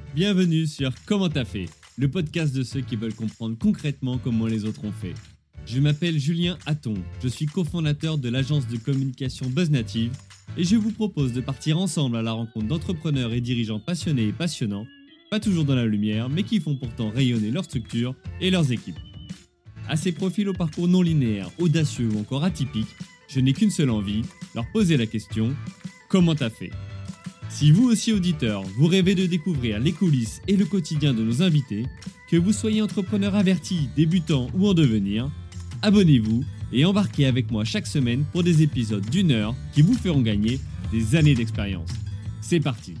Bienvenue sur Comment t'as fait, le podcast de ceux qui veulent comprendre concrètement comment les autres ont fait. Je m'appelle Julien Hatton, je suis cofondateur de l'agence de communication BuzzNative et je vous propose de partir ensemble à la rencontre d'entrepreneurs et dirigeants passionnés et passionnants, pas toujours dans la lumière, mais qui font pourtant rayonner leur structure et leurs équipes. À ces profils au parcours non linéaire, audacieux ou encore atypiques, je n'ai qu'une seule envie, leur poser la question « Comment t'as fait ?» Si vous aussi auditeur, vous rêvez de découvrir les coulisses et le quotidien de nos invités, que vous soyez entrepreneur averti, débutant ou en devenir, abonnez-vous et embarquez avec moi chaque semaine pour des épisodes d'1 heure qui vous feront gagner des années d'expérience. C'est parti.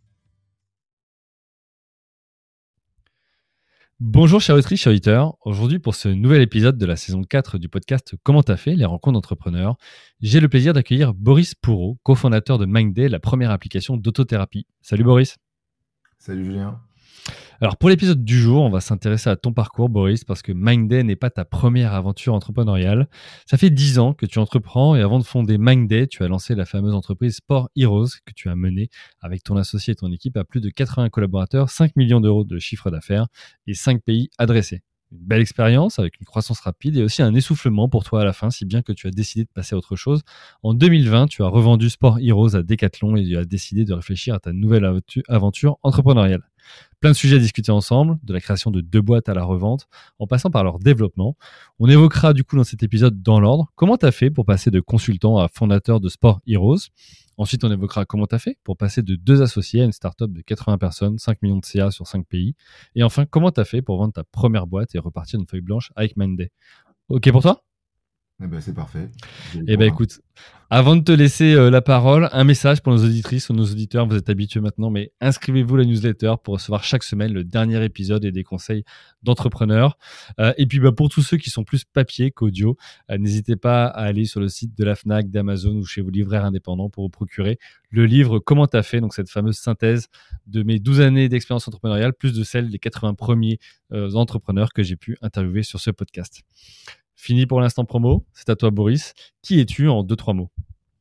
Bonjour chers auditrices, chers auditeurs. Aujourd'hui pour ce nouvel épisode de la saison 4 du podcast Comment t'as fait, les rencontres d'entrepreneurs, j'ai le plaisir d'accueillir Boris Pourreau, cofondateur de Mindday, la première application d'autothérapie. Salut Boris. Salut Julien. Alors pour l'épisode du jour, on va s'intéresser à ton parcours Boris, parce que Mindday n'est pas ta première aventure entrepreneuriale. Ça fait 10 ans que tu entreprends et avant de fonder Mindday, tu as lancé la fameuse entreprise Sport Heroes que tu as menée avec ton associé et ton équipe à plus de 80 collaborateurs, 5 millions d'euros de chiffre d'affaires et 5 pays adressés. Une belle expérience avec une croissance rapide et aussi un essoufflement pour toi à la fin, si bien que tu as décidé de passer à autre chose. En 2020, tu as revendu Sport Heroes à Decathlon et tu as décidé de réfléchir à ta nouvelle aventure entrepreneuriale. Plein de sujets à discuter ensemble, de la création de 2 boîtes à la revente, en passant par leur développement. On évoquera du coup dans cet épisode dans l'ordre comment tu as fait pour passer de consultant à fondateur de Sport Heroes. Ensuite, on évoquera comment tu as fait pour passer de 2 associés à une start-up de 80 personnes, 5 millions de CA sur 5 pays. Et enfin, comment tu as fait pour vendre ta première boîte et repartir d'une feuille blanche avec Mindday. Ok pour toi ? Eh ben, c'est parfait. Eh ben écoute, avant de te laisser la parole, un message pour nos auditrices ou nos auditeurs, vous êtes habitués maintenant, mais inscrivez-vous à la newsletter pour recevoir chaque semaine le dernier épisode et des conseils d'entrepreneurs. Et puis pour tous ceux qui sont plus papier qu'audio, n'hésitez pas à aller sur le site de la Fnac, d'Amazon ou chez vos libraires indépendants pour vous procurer le livre Comment t'as fait, donc cette fameuse synthèse de mes 12 années d'expérience entrepreneuriale, plus de celle des 80 premiers entrepreneurs que j'ai pu interviewer sur ce podcast. Fini pour l'instant promo, c'est à toi Boris. Qui es-tu en 2-3 mots ?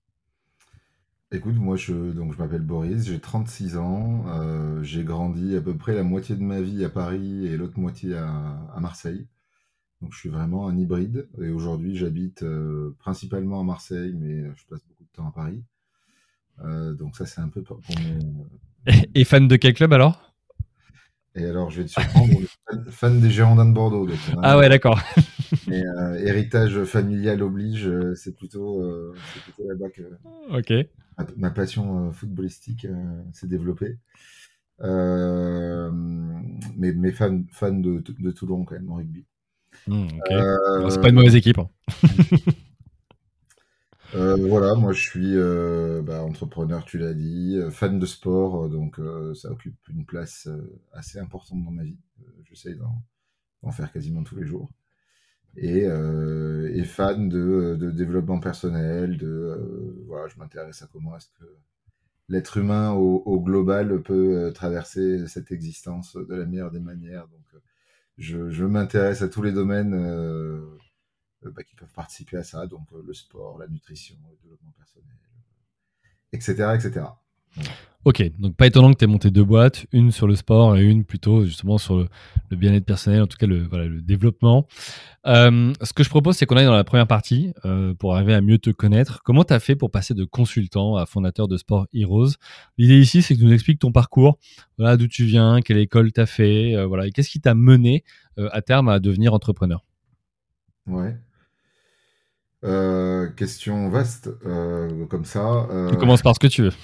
Écoute, moi je m'appelle Boris, j'ai 36 ans, j'ai grandi à peu près la moitié de ma vie à Paris et l'autre moitié à Marseille. Donc je suis vraiment un hybride et aujourd'hui j'habite principalement à Marseille, mais je passe beaucoup de temps à Paris. Donc ça c'est un peu pour mon... Et fan de quel club alors ? Et alors je vais te surprendre, fan des Girondins de Bordeaux. Donc, ah ouais, d'accord. Mais héritage familial oblige, c'est plutôt là-bas que Ok. ma passion footballistique s'est développée. Mais fan de Toulon quand même en rugby. Ok. Bon, c'est pas une mauvaise équipe. Hein. Voilà, moi je suis entrepreneur, tu l'as dit, fan de sport, donc ça occupe une place assez importante dans ma vie. J'essaye d'en faire quasiment tous les jours. Et fan de développement personnel, voilà, je m'intéresse à comment est-ce que l'être humain au global peut traverser cette existence de la meilleure des manières. Donc je m'intéresse à tous les domaines qui peuvent participer à ça, donc le sport, la nutrition, le développement personnel, etc. etc. Voilà. Ok, donc pas étonnant que tu aies monté 2 boîtes, une sur le sport et une plutôt justement sur le bien-être personnel, en tout cas le développement. Ce que je propose, c'est qu'on aille dans la première partie pour arriver à mieux te connaître. Comment tu as fait pour passer de consultant à fondateur de Sport Heroes ? L'idée ici, c'est que tu nous expliques ton parcours, voilà, d'où tu viens, quelle école tu as fait, voilà, et qu'est-ce qui t'a mené à terme à devenir entrepreneur ? Ouais. Question vaste, comme ça. Tu commences par ce que tu veux.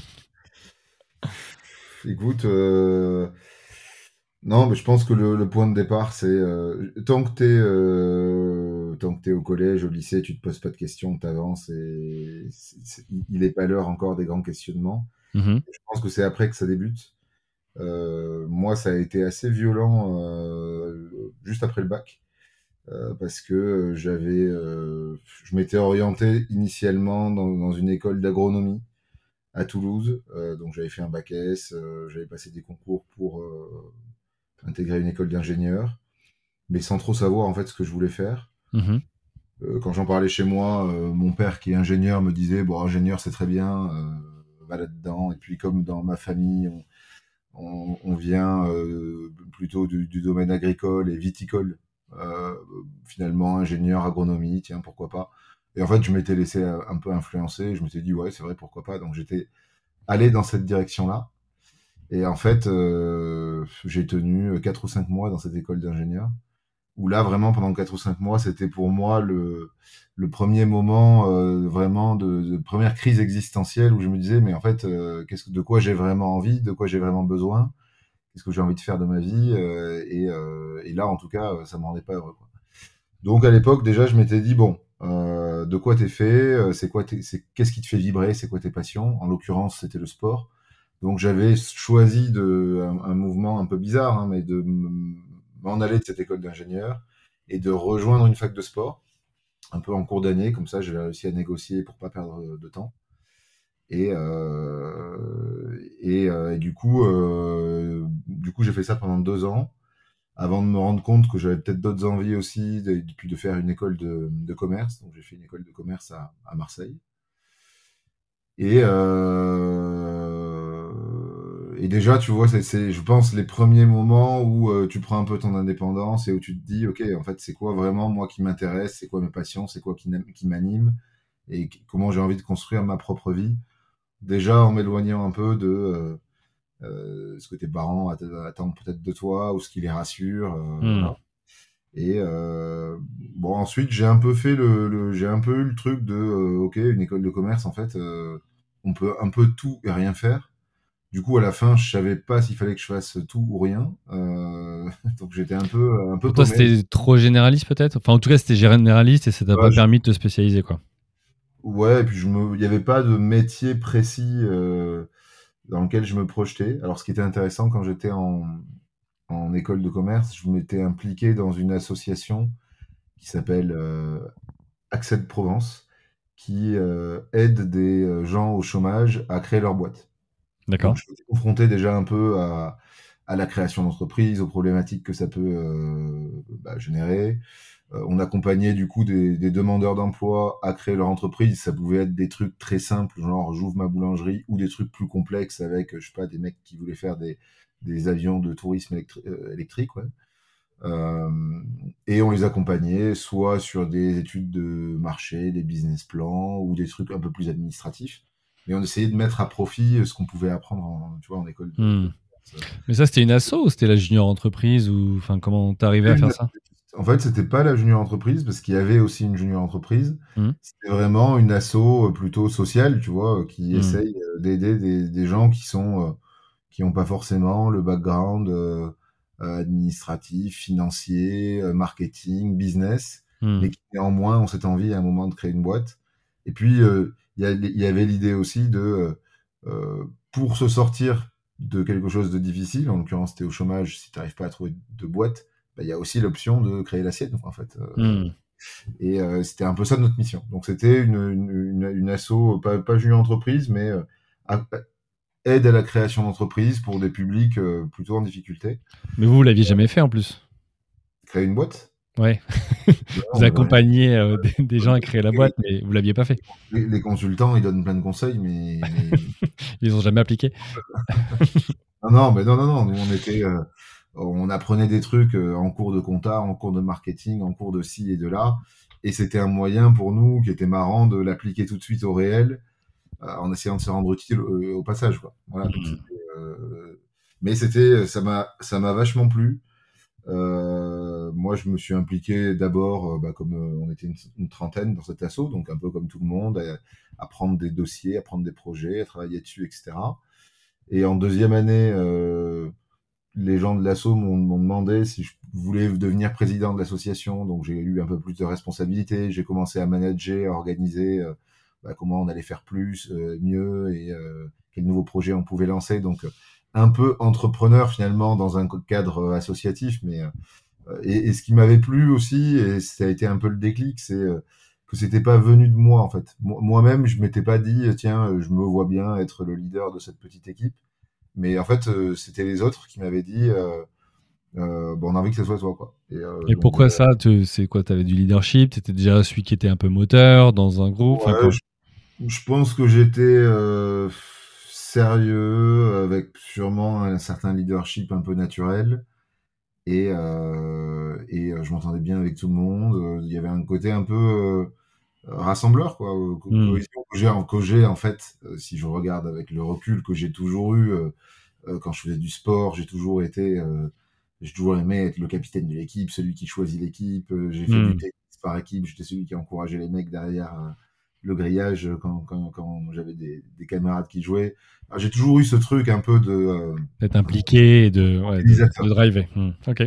Écoute, non, mais je pense que le point de départ, c'est tant que t'es au collège, au lycée, tu te poses pas de questions, t'avances et il est pas l'heure encore des grands questionnements. Mm-hmm. Je pense que c'est après que ça débute. Moi, ça a été assez violent juste après le bac. Parce que je m'étais orienté initialement dans une école d'agronomie à Toulouse, donc j'avais fait un bac S, j'avais passé des concours pour intégrer une école d'ingénieur, mais sans trop savoir en fait ce que je voulais faire. Mm-hmm. Quand j'en parlais chez moi, mon père qui est ingénieur me disait bon, ingénieur c'est très bien, va là-dedans. Et puis comme dans ma famille on vient plutôt du domaine agricole et viticole. Finalement, ingénieur, agronomie, tiens, pourquoi pas. Et en fait, je m'étais laissé un peu influencer. Je m'étais dit, ouais, c'est vrai, pourquoi pas. Donc, j'étais allé dans cette direction-là. Et en fait, j'ai tenu 4 ou 5 mois dans cette école d'ingénieur. Où là, vraiment, pendant 4 ou 5 mois, c'était pour moi le premier moment vraiment de première crise existentielle où je me disais, mais en fait, de quoi j'ai vraiment envie, de quoi j'ai vraiment besoin, qu'est-ce que j'ai envie de faire de ma vie, et là, en tout cas, ça me rendait pas heureux, quoi. Donc à l'époque, déjà, je m'étais dit, bon, de quoi t'es fait, qu'est-ce qui te fait vibrer, c'est quoi tes passions? En l'occurrence, c'était le sport. Donc j'avais choisi un mouvement un peu bizarre, hein, mais de m'en aller de cette école d'ingénieur et de rejoindre une fac de sport, un peu en cours d'année, comme ça j'avais réussi à négocier pour pas perdre de temps. Et du coup, j'ai fait ça pendant 2 ans, avant de me rendre compte que j'avais peut-être d'autres envies aussi, puis de faire une école de commerce. Donc j'ai fait une école de commerce à Marseille. Et déjà, tu vois, c'est, je pense, les premiers moments où tu prends un peu ton indépendance et où tu te dis, OK, en fait, c'est quoi vraiment moi qui m'intéresse, c'est quoi mes passions, c'est quoi qui m'anime, et comment j'ai envie de construire ma propre vie. Déjà, en m'éloignant un peu de ce que tes parents attendent peut-être de toi ou ce qui les rassure, voilà. Et bon, ensuite, j'ai un peu fait j'ai un peu eu le truc de, OK, une école de commerce, en fait, on peut un peu tout et rien faire. Du coup, à la fin, je savais pas s'il fallait que je fasse tout ou rien. Donc j'étais un peu Pour toi, paumé. c'était trop généraliste peut-être? Enfin, en tout cas, c'était généraliste et ça t'a pas Ouais, permis de te spécialiser, quoi. ouais, et puis il y avait pas de métier précis dans lequel je me projetais. Alors, ce qui était intéressant quand j'étais en école de commerce, je m'étais impliqué dans une association qui s'appelle Accès de Provence, qui aide des gens au chômage à créer leur boîte. Donc, D'accord. je me suis confronté déjà un peu à la création d'entreprise, aux problématiques que ça peut générer. On accompagnait du coup des demandeurs d'emploi à créer leur entreprise. Ça pouvait être des trucs très simples, genre j'ouvre ma boulangerie, ou des trucs plus complexes avec, je sais pas, des mecs qui voulaient faire des avions de tourisme électrique, ouais. Et on les accompagnait soit sur des études de marché, des business plans ou des trucs un peu plus administratifs. Mais on essayait de mettre à profit ce qu'on pouvait apprendre en école de commerce. Mais ça, c'était une asso ou c'était la junior entreprise ou enfin comment t'arrivais à faire ça? En fait, c'était pas la junior entreprise parce qu'il y avait aussi une junior entreprise. Mmh. C'était vraiment une asso plutôt sociale, tu vois, qui essaye d'aider des gens qui ont pas forcément le background administratif, financier, marketing, business, mais qui néanmoins ont cette envie à un moment de créer une boîte. Et puis il y avait l'idée aussi pour se sortir de quelque chose de difficile, en l'occurrence t'es au chômage, si t'arrives pas à trouver de boîte, bah, il y a aussi l'option de créer la sienne, en fait. Et c'était un peu ça notre mission. Donc c'était une asso, pas junior entreprise, mais aide à la création d'entreprise pour des publics plutôt en difficulté. Mais vous l'aviez jamais fait en plus? Créer une boîte? Ouais. Non, Vous on avait rien. accompagnez des gens à créer la boîte, mais vous l'aviez pas fait. Les consultants, ils donnent plein de conseils, mais Ils ont jamais appliqué. non, mais non. Nous, on apprenait des trucs en cours de compta, en cours de marketing, en cours de ci et de là. Et c'était un moyen pour nous qui était marrant de l'appliquer tout de suite au réel, en essayant de se rendre utile au passage, quoi. Voilà. Donc mais ça m'a vachement plu. Moi, je me suis impliqué d'abord, comme on était une trentaine dans cet asso, donc un peu comme tout le monde, à prendre des dossiers, à prendre des projets, à travailler dessus, etc. Et en deuxième année, les gens de l'asso m'ont demandé si je voulais devenir président de l'association, donc j'ai eu un peu plus de responsabilités. J'ai commencé à manager, à organiser comment on allait faire plus, mieux, et quels nouveaux projets on pouvait lancer. Donc un peu entrepreneur finalement dans un cadre associatif, mais et ce qui m'avait plu aussi, et ça a été un peu le déclic, c'est que c'était pas venu de moi en fait. Moi-même, je m'étais pas dit tiens, je me vois bien être le leader de cette petite équipe, mais en fait, c'était les autres qui m'avaient dit on a envie que ce soit toi, quoi. Et Donc pourquoi ça? C'est quoi? T'avais du leadership? T'étais déjà celui qui était un peu moteur dans un groupe? Enfin, ouais, je pense que j'étais sérieux, avec sûrement un certain leadership un peu naturel. Je m'entendais bien avec tout le monde. Il y avait un côté un peu rassembleur, quoi. Cohésion que j'ai, en fait, si je regarde avec le recul que j'ai toujours eu quand je faisais du sport, j'ai toujours aimé être le capitaine de l'équipe, celui qui choisit l'équipe. J'ai fait du tennis par équipe, j'étais celui qui encourageait les mecs derrière le grillage quand j'avais des camarades qui jouaient. Alors, j'ai toujours eu ce truc un peu d'être impliqué et organisateur. de driver. Ok.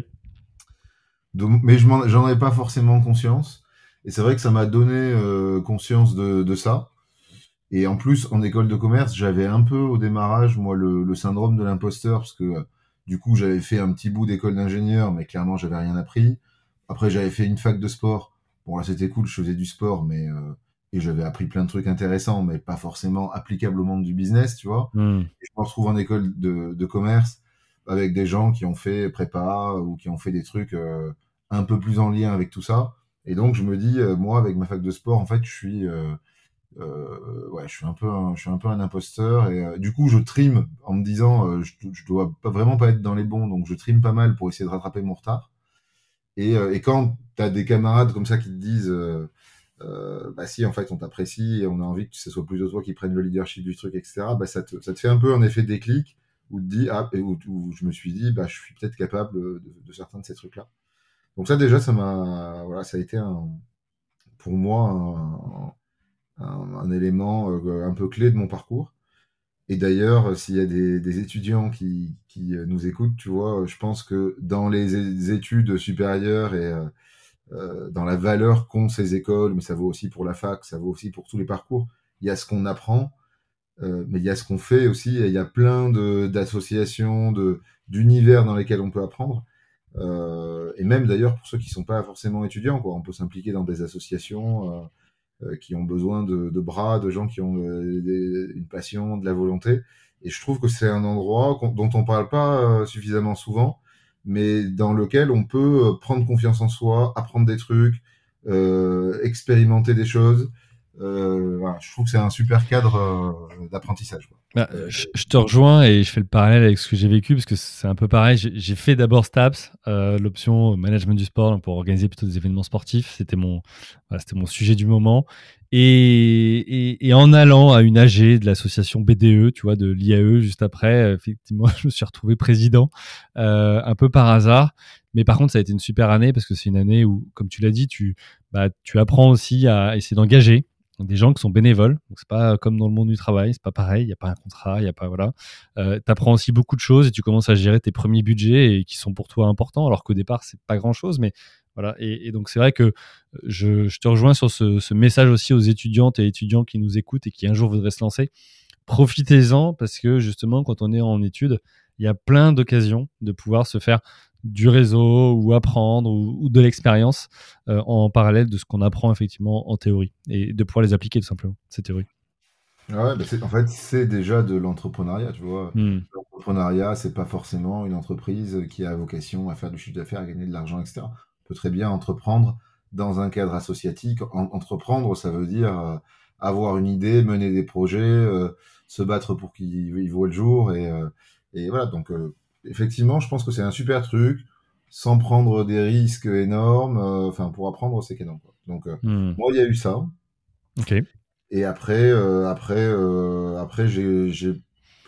Mais j'en avais pas forcément conscience. Et c'est vrai que ça m'a donné conscience de ça. Et en plus, en école de commerce, j'avais un peu au démarrage, moi, le syndrome de l'imposteur, parce que du coup, j'avais fait un petit bout d'école d'ingénieur, mais clairement, j'avais rien appris. Après, j'avais fait une fac de sport. Bon, là, c'était cool, je faisais du sport, et j'avais appris plein de trucs intéressants, mais pas forcément applicables au monde du business, tu vois. Et je me retrouve en école de commerce avec des gens qui ont fait prépa ou qui ont fait des trucs un peu plus en lien avec tout ça. Et donc, je me dis, moi, avec ma fac de sport, en fait, ouais, je suis un peu un imposteur et du coup je trime en me disant je dois vraiment pas être dans les bons, donc je trime pas mal pour essayer de rattraper mon retard. Et quand t'as des camarades comme ça qui te disent bah si en fait on t'apprécie et on a envie que ce soit plutôt toi qui prenne le leadership du truc, etc., bah ça te fait un peu un effet déclic où te dit où je me suis dit bah je suis peut-être capable de certains de ces trucs là. Donc ça déjà ça a été pour moi un élément un peu clé de mon parcours. Et d'ailleurs, s'il y a des étudiants qui nous écoutent, tu vois, je pense que dans les études supérieures et dans la valeur qu'ont ces écoles, mais ça vaut aussi pour la fac, ça vaut aussi pour tous les parcours, il y a ce qu'on apprend, mais il y a ce qu'on fait aussi, et il y a plein d'associations, d'univers dans lesquels on peut apprendre. Et même d'ailleurs pour ceux qui sont pas forcément étudiants, quoi, on peut s'impliquer dans des associations qui ont besoin de bras, de gens qui ont une passion, de la volonté. Et je trouve que c'est un endroit dont on parle pas suffisamment souvent, mais dans lequel on peut prendre confiance en soi, apprendre des trucs, expérimenter des choses. Voilà, je trouve que c'est un super cadre d'apprentissage, quoi. Bah, je te rejoins et je fais le parallèle avec ce que j'ai vécu parce que c'est un peu pareil. J'ai fait d'abord STAPS, l'option management du sport, donc pour organiser plutôt des événements sportifs. C'était mon sujet du moment. Et en allant à une AG de l'association BDE, tu vois, de l'IAE juste après, effectivement, je me suis retrouvé président un peu par hasard. Mais par contre, ça a été une super année parce que c'est une année où, comme tu l'as dit, tu apprends aussi à essayer d'engager des gens qui sont bénévoles. Donc c'est pas comme dans le monde du travail, c'est pas pareil, il y a pas un contrat, il y a pas voilà. T'apprends aussi beaucoup de choses et tu commences à gérer tes premiers budgets et qui sont pour toi importants alors qu'au départ c'est pas grand-chose, mais voilà. Et donc c'est vrai que je te rejoins sur ce message aussi aux étudiantes et étudiants qui nous écoutent et qui un jour voudraient se lancer. Profitez-en parce que justement quand on est en études, il y a plein d'occasions de pouvoir se faire du réseau ou apprendre ou de l'expérience en parallèle de ce qu'on apprend effectivement en théorie et de pouvoir les appliquer tout simplement, ces théories. Ouais, bah en fait, c'est déjà de l'entrepreneuriat, tu vois. L'entrepreneuriat, c'est pas forcément une entreprise qui a vocation à faire du chiffre d'affaires, à gagner de l'argent, etc. On peut très bien entreprendre dans un cadre associatif. Entreprendre, ça veut dire avoir une idée, mener des projets, se battre pour qu'il voit le jour. Et voilà, donc effectivement, je pense que c'est un super truc, sans prendre des risques énormes. Enfin, pour apprendre, c'est canon, quoi. Donc, moi, il y a eu ça. Ok. Et après j'ai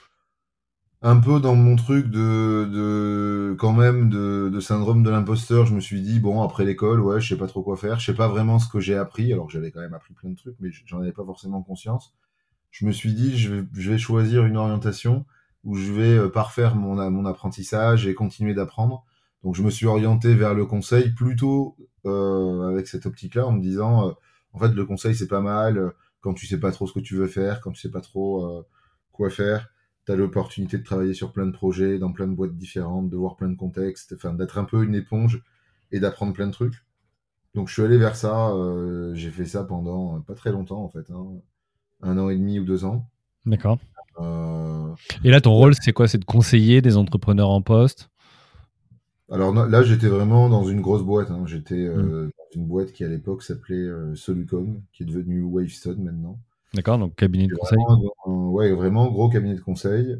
un peu dans mon truc quand même de syndrome de l'imposteur, je me suis dit, bon, après l'école, ouais, je sais pas trop quoi faire, je sais pas vraiment ce que j'ai appris, alors que j'avais quand même appris plein de trucs, mais j'en avais pas forcément conscience. Je me suis dit, je vais choisir une orientation où je vais parfaire mon apprentissage et continuer d'apprendre. Donc je me suis orienté vers le conseil plutôt avec cette optique-là, en me disant, en fait, le conseil, c'est pas mal quand tu sais pas trop ce que tu veux faire, quand tu sais pas trop quoi faire. Tu as l'opportunité de travailler sur plein de projets, dans plein de boîtes différentes, de voir plein de contextes, enfin d'être un peu une éponge et d'apprendre plein de trucs. Donc je suis allé vers ça, j'ai fait ça pendant pas très longtemps en fait, hein, 1 an et demi ou 2 ans. D'accord. Euh, Et là, ton rôle, c'est quoi? C'est de conseiller des entrepreneurs en poste? alors là, j'étais vraiment dans une grosse boîte, hein. J'étais Hmm. dans une boîte qui à l'époque s'appelait Solucom, qui est devenue Wavestone maintenant. D'accord, donc cabinet de C'est conseil. ouais, vraiment gros cabinet de conseil.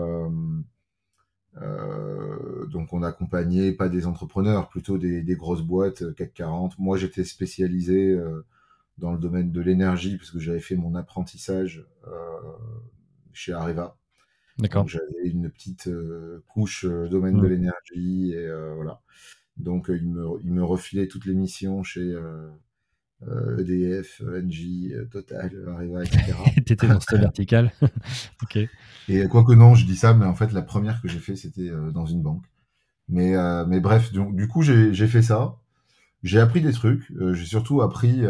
Donc on accompagnait pas des entrepreneurs, plutôt des grosses boîtes CAC 40. Moi j'étais spécialisé dans le domaine de l'énergie parce que j'avais fait mon apprentissage chez Areva. Donc D'accord. j'avais une petite couche domaine de Hmm. l'énergie et voilà. Donc il me refilait toutes les missions chez EDF, Engie, Total, Areva, etc. T'étais dans cette verticale. Ok. Et quoique non, je dis ça, mais en fait la première que j'ai fait c'était dans une banque. Mais bref, donc, du coup j'ai fait ça. J'ai appris des trucs. J'ai surtout appris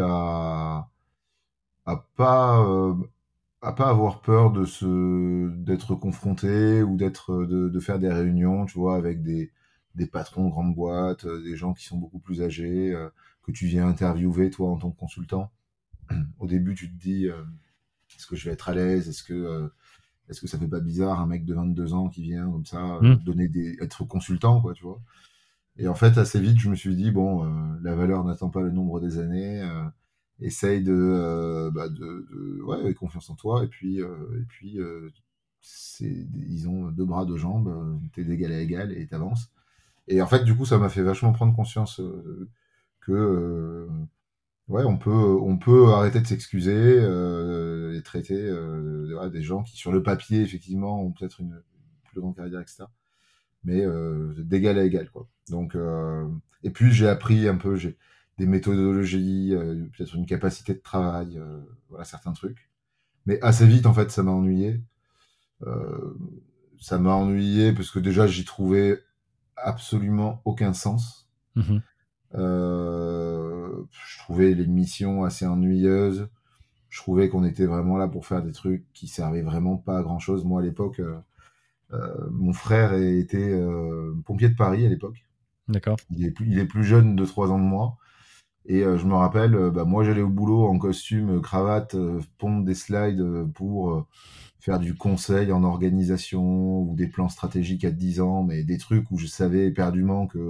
à pas euh, à pas avoir peur d'être confronté ou de faire des réunions, tu vois, avec des patrons de grandes boîtes, des gens qui sont beaucoup plus âgés, que tu viens interviewer toi en tant que consultant. Au début, tu te dis est-ce que je vais être à l'aise, est-ce que ça fait pas bizarre un mec de 22 ans qui vient comme ça Hmm. être consultant, quoi, tu vois. Et en fait, assez vite, je me suis dit bon, la valeur n'attend pas le nombre des années. Essaye ouais, confiance en toi ils ont deux bras, deux jambes, t'es d'égal à égal et t'avances. Et en fait, du coup, ça m'a fait vachement prendre conscience que ouais, on peut arrêter de s'excuser et traiter voilà, des gens qui, sur le papier, effectivement, ont peut-être une plus grande carrière, etc. Mais d'égal à égal, quoi. Donc, et puis j'ai appris un peu, j'ai des méthodologies, peut-être une capacité de travail, voilà certains trucs. Mais assez vite, en fait, ça m'a ennuyé. Euh, Ça m'a ennuyé parce que déjà, j'y trouvais absolument aucun sens. Mhm. Je trouvais les missions assez ennuyeuses. Je trouvais qu'on était vraiment là pour faire des trucs qui servaient vraiment pas à grand-chose. Moi, à l'époque, mon frère était pompier de Paris à l'époque. D'accord. Il est plus jeune de 3 ans de moi. Et je me rappelle, bah, moi j'allais au boulot en costume, cravate, pondre des slides pour faire du conseil en organisation ou des plans stratégiques à 10 ans, mais des trucs où je savais éperdument que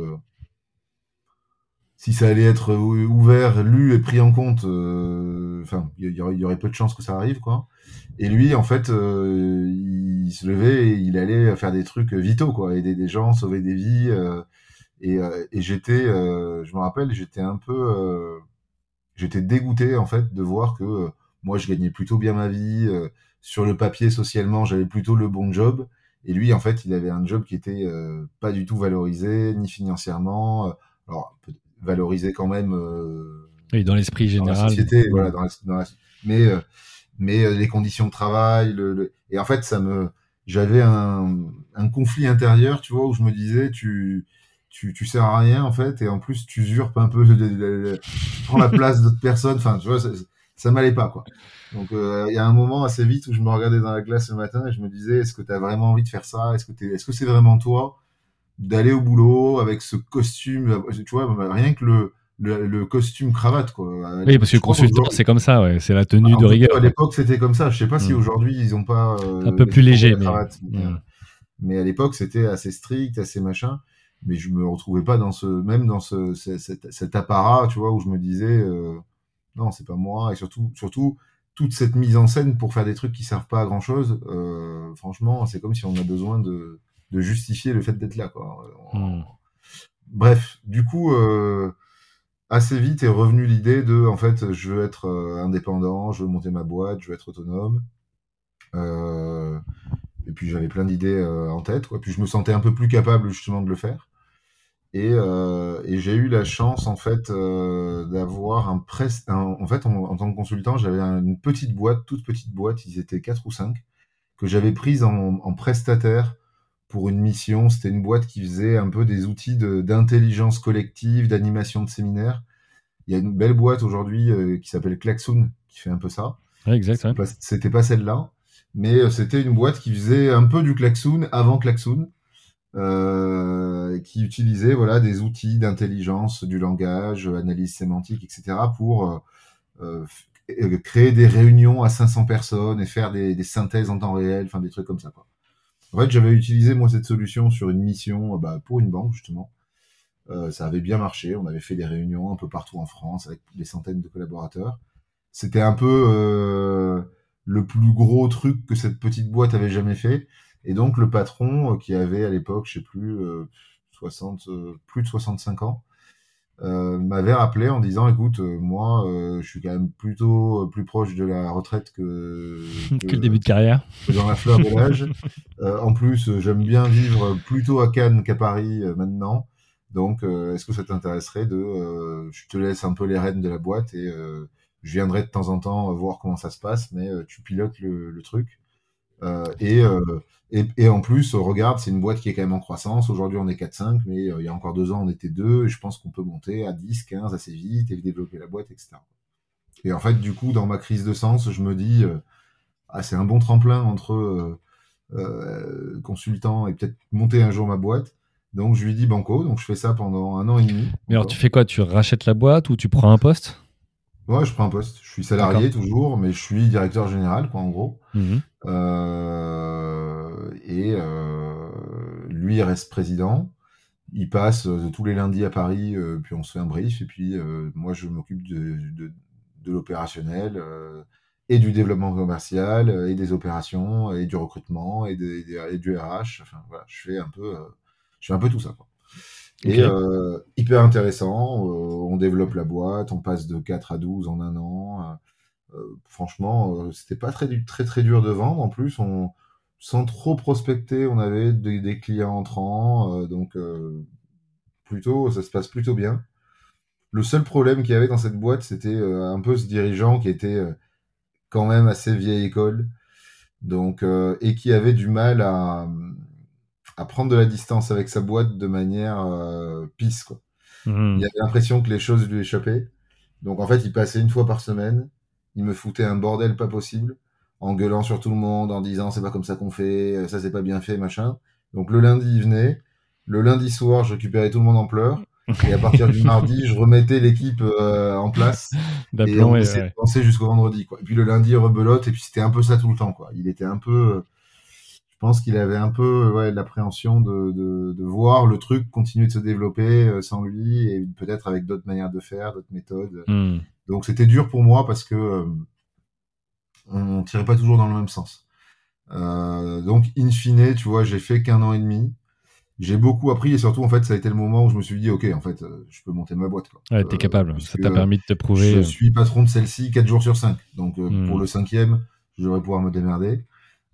si ça allait être ouvert, lu et pris en compte, enfin, il y aurait peu de chances que ça arrive, quoi. Et lui, en fait, il se levait et il allait faire des trucs vitaux, quoi, aider des gens, sauver des vies. Et je me rappelle, j'étais dégoûté en fait de voir que moi je gagnais plutôt bien ma vie sur le papier socialement j'avais plutôt le bon job et lui en fait il avait un job qui était pas du tout valorisé ni financièrement alors valorisé quand même Et dans l'esprit dans la général. société Hmm. voilà mais les conditions de travail et en fait ça me j'avais un conflit intérieur tu vois où je me disais tu sers à rien en fait et en plus tu usurpes un peu tu prends la place d'autres personnes enfin tu vois ça m'allait pas quoi donc il y a un moment assez vite où je me regardais dans la glace le matin et je me disais est-ce que tu as vraiment envie de faire ça est-ce que c'est vraiment toi d'aller au boulot avec ce costume tu vois rien que le costume cravate quoi. Oui, parce que Je crois consultant, qu'aujourd'hui c'est comme ça, ouais. C'est la tenue en de tout cas, rigueur, à quoi. l'époque, c'était comme ça. Je sais pas si Hmm. aujourd'hui ils ont pas Un peu plus laissé tomber léger, la mais. cravate, Hmm. mais à l'époque c'était assez strict, assez machin. Mais je me retrouvais pas même dans cet apparat, tu vois, où je me disais non, c'est pas moi. Et surtout toute cette mise en scène pour faire des trucs qui servent pas à grand chose. Franchement, c'est comme si on a besoin de justifier le fait d'être là, quoi. Hmm. Bref, du coup. Assez vite est revenue l'idée de, en fait, je veux être indépendant, je veux monter ma boîte, je veux être autonome. Euh, et puis j'avais plein d'idées en tête, quoi. Puis je me sentais un peu plus capable justement de le faire. Et j'ai eu la chance, en fait, d'avoir en fait, en tant que consultant, j'avais une petite boîte, toute petite boîte, ils étaient 4 ou 5 que j'avais prise en prestataire pour une mission. C'était une boîte qui faisait un peu des outils d'intelligence collective, d'animation de séminaires. Il y a une belle boîte aujourd'hui qui s'appelle Klaxoon, qui fait un peu ça. Ouais, exact, ouais. C'était pas celle-là, mais c'était une boîte qui faisait un peu du Klaxoon avant Klaxoon, qui utilisait voilà des outils d'intelligence du langage, analyse sémantique, etc. pour créer des réunions à 500 personnes et faire des synthèses en temps réel, enfin des trucs comme ça, quoi. En fait, j'avais utilisé moi cette solution sur une mission bah, pour une banque justement. Ça avait bien marché. On avait fait des réunions un peu partout en France avec des centaines de collaborateurs. C'était un peu le plus gros truc que cette petite boîte avait jamais fait. Et donc le patron, qui avait à l'époque, je sais plus, 60, plus de 65 ans, m'avait rappelé en disant, écoute, moi, je suis quand même plutôt plus proche de la retraite Que le début de carrière. que dans la fleur de l'âge. En plus, j'aime bien vivre plutôt à Cannes qu'à Paris maintenant. Donc, est-ce que ça t'intéresserait je te laisse un peu les rênes de la boîte et je viendrai de temps en temps voir comment ça se passe, mais tu pilotes le truc. Euh, et, euh, et en plus, regarde, c'est une boîte qui est quand même en croissance. Aujourd'hui, on est 4-5, mais il y a encore 2 ans, on était 2. Et je pense qu'on peut monter à 10, 15 assez vite et développer la boîte, etc. Et en fait, du coup, dans ma crise de sens, je me dis, c'est un bon tremplin entre consultant et peut-être monter un jour ma boîte. Donc, je lui dis banco. Donc, je fais ça pendant 1 an et demi. Mais alors, encore. tu fais quoi? Tu rachètes la boîte ou tu prends un poste? Ouais, je prends un poste. Je suis D'accord. salarié toujours, mais je suis directeur général, quoi, en gros. Mhm. Lui, il reste président. Il passe tous les lundis à Paris, puis on se fait un brief. Et puis, moi, je m'occupe de l'opérationnel et du développement commercial et des opérations et du recrutement et du RH. Enfin, voilà, je fais un peu tout ça, quoi. Ok. Et hyper intéressant. On développe la boîte, on passe de 4 à 12 en un an. Franchement, c'était pas très très dur de vendre. En plus, sans trop prospecter, on avait des clients entrants, donc plutôt, ça se passe plutôt bien. Le seul problème qu'il y avait dans cette boîte, c'était un peu ce dirigeant qui était quand même assez vieille école, donc et qui avait du mal à prendre de la distance avec sa boîte de manière pisse, quoi. Il Mhm. avait l'impression que les choses lui échappaient. Donc en fait, il passait une fois par semaine, il me foutait un bordel pas possible, en gueulant sur tout le monde, en disant c'est pas comme ça qu'on fait, ça c'est pas bien fait, machin. Donc le lundi, il venait. Le lundi soir, je récupérais tout le monde en pleurs. Et à partir du mardi, je remettais l'équipe en place. Et D'aplomb, on ouais, essayait ouais. de penser jusqu'au vendredi, quoi. Et puis le lundi, rebelote. Et puis c'était un peu ça tout le temps, quoi. Il était un peu, je pense qu'il avait un peu ouais, l'appréhension de voir le truc continuer de se développer sans lui et peut-être avec d'autres manières de faire, d'autres méthodes. Mhm. Donc c'était dur pour moi parce que on tirait pas toujours dans le même sens. Donc in fine, tu vois, j'ai fait qu'un an et demi. J'ai beaucoup appris et surtout en fait ça a été le moment où je me suis dit ok en fait je peux monter ma boîte quoi. Ouais, t'es capable. Ça Puisque t'a permis de te prouver. je suis patron de celle-ci 4 jours sur 5. Donc pour Mhm. le cinquième je devrais pouvoir me démerder.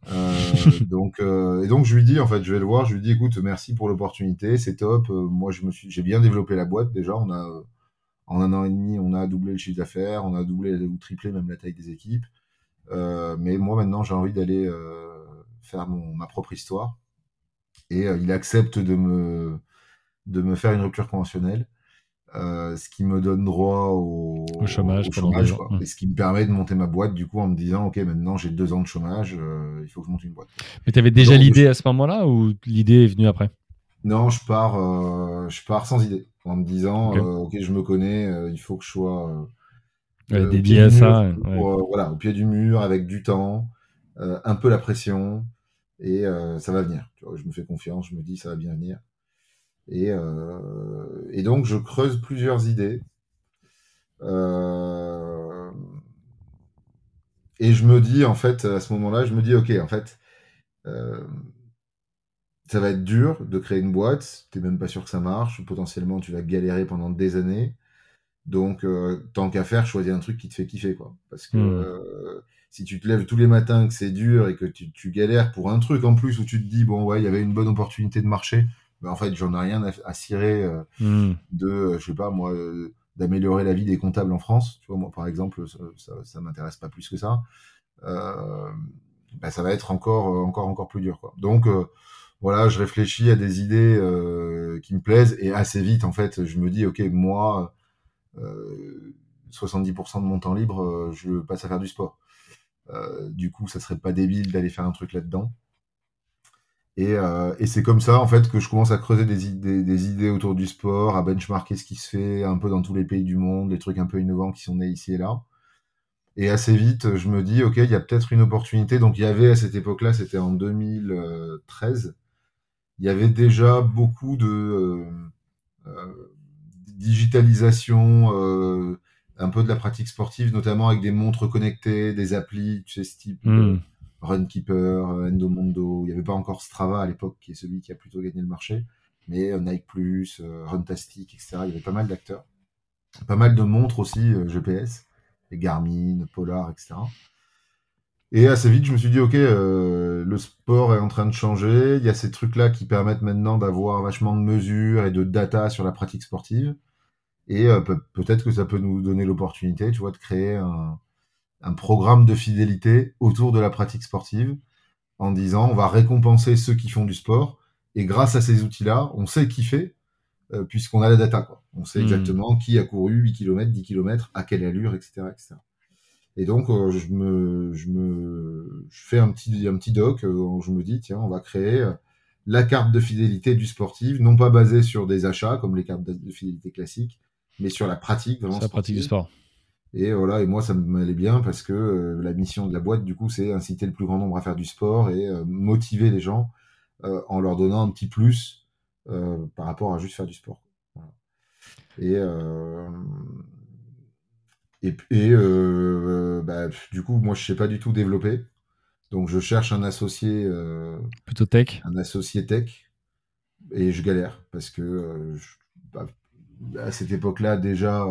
Donc je lui dis en fait je vais le voir, je lui dis écoute merci pour l'opportunité, c'est top. Moi j'ai bien développé la boîte déjà. On a en un an et demi on a doublé le chiffre d'affaires, on a doublé ou triplé même la taille des équipes. Mais moi maintenant j'ai envie d'aller faire ma propre histoire et il accepte de me faire une rupture conventionnelle, ce qui me donne droit Au chômage au pendant 2 chômage, ans. quoi. Mhm. Et ce qui me permet de monter ma boîte, du coup, en me disant, OK, maintenant j'ai 2 ans de chômage, il faut que je monte une boîte, quoi. Mais t'avais déjà Donc, l'idée à ce moment-là ou l'idée est venue après? non, je pars sans idée, en me disant, Ok. OK, je me connais, il faut que je sois Ouais, au pied dédié du à mur, ça. Ouais. voilà, au pied du mur, avec du temps, un peu la pression, et ça va venir. Tu vois, je me fais confiance, je me dis, ça va bien venir. Et donc, je creuse plusieurs idées. Euh, et je me dis, en fait, à ce moment-là, je me dis, OK, en fait, euh, ça va être dur de créer une boîte. T'es même pas sûr que ça marche. Potentiellement, tu vas galérer pendant des années. Donc, tant qu'à faire, choisis un truc qui te fait kiffer, quoi. Parce que Mhm. si tu te lèves tous les matins, que c'est dur et que tu galères pour un truc en plus où tu te dis, bon, ouais, il y avait une bonne opportunité de marché, mais en fait, j'en ai rien à cirer Mhm. je sais pas, moi, d'améliorer la vie des comptables en France. Tu vois, moi, par exemple, ça m'intéresse pas plus que ça. Euh, Ça va être encore plus dur, quoi. Donc, voilà, je réfléchis à des idées qui me plaisent et assez vite, en fait, je me dis, ok, moi, 70% de mon temps libre, je le passe à faire du sport. Du coup, ça serait pas débile d'aller faire un truc là-dedans. Et c'est comme ça, en fait, que je commence à creuser des idées autour du sport, à benchmarker ce qui se fait un peu dans tous les pays du monde, les trucs un peu innovants qui sont nés ici et là. Et assez vite, je me dis, OK, il y a peut-être une opportunité. Donc, il y avait à cette époque-là, c'était en 2013, il y avait déjà beaucoup de digitalisation, un peu de la pratique sportive, notamment avec des montres connectées, des applis, tu sais, ce type Runkeeper, Endomondo. Il n'y avait pas encore Strava à l'époque, qui est celui qui a plutôt gagné le marché, mais Nike+, Runtastic, etc. Il y avait pas mal d'acteurs. Pas mal de montres aussi, GPS, les Garmin, Polar, etc. Et assez vite, je me suis dit, ok, le sport est en train de changer. Il y a ces trucs-là qui permettent maintenant d'avoir vachement de mesures et de data sur la pratique sportive. Et peut-être que ça peut nous donner l'opportunité, tu vois, de créer un programme de fidélité autour de la pratique sportive en disant, on va récompenser ceux qui font du sport. Et grâce à ces outils-là, on sait qui fait, puisqu'on a la data, quoi. On sait exactement qui a couru 8 km, 10 km, à quelle allure, etc., etc. Et donc, je fais un petit doc où je me dis, tiens, on va créer la carte de fidélité du sportif, non pas basée sur des achats, comme les cartes de fidélité classiques, mais sur la pratique, vraiment C'est la pratique du sport. Et voilà, et moi, ça m'allait bien parce que la mission de la boîte, du coup, c'est inciter le plus grand nombre à faire du sport et motiver les gens en leur donnant un petit plus par rapport à juste faire du sport. Voilà. Du coup, moi, je sais pas du tout développer. Donc, je cherche un associé, Plutôt tech. un associé tech, et je galère parce que à cette époque-là, déjà,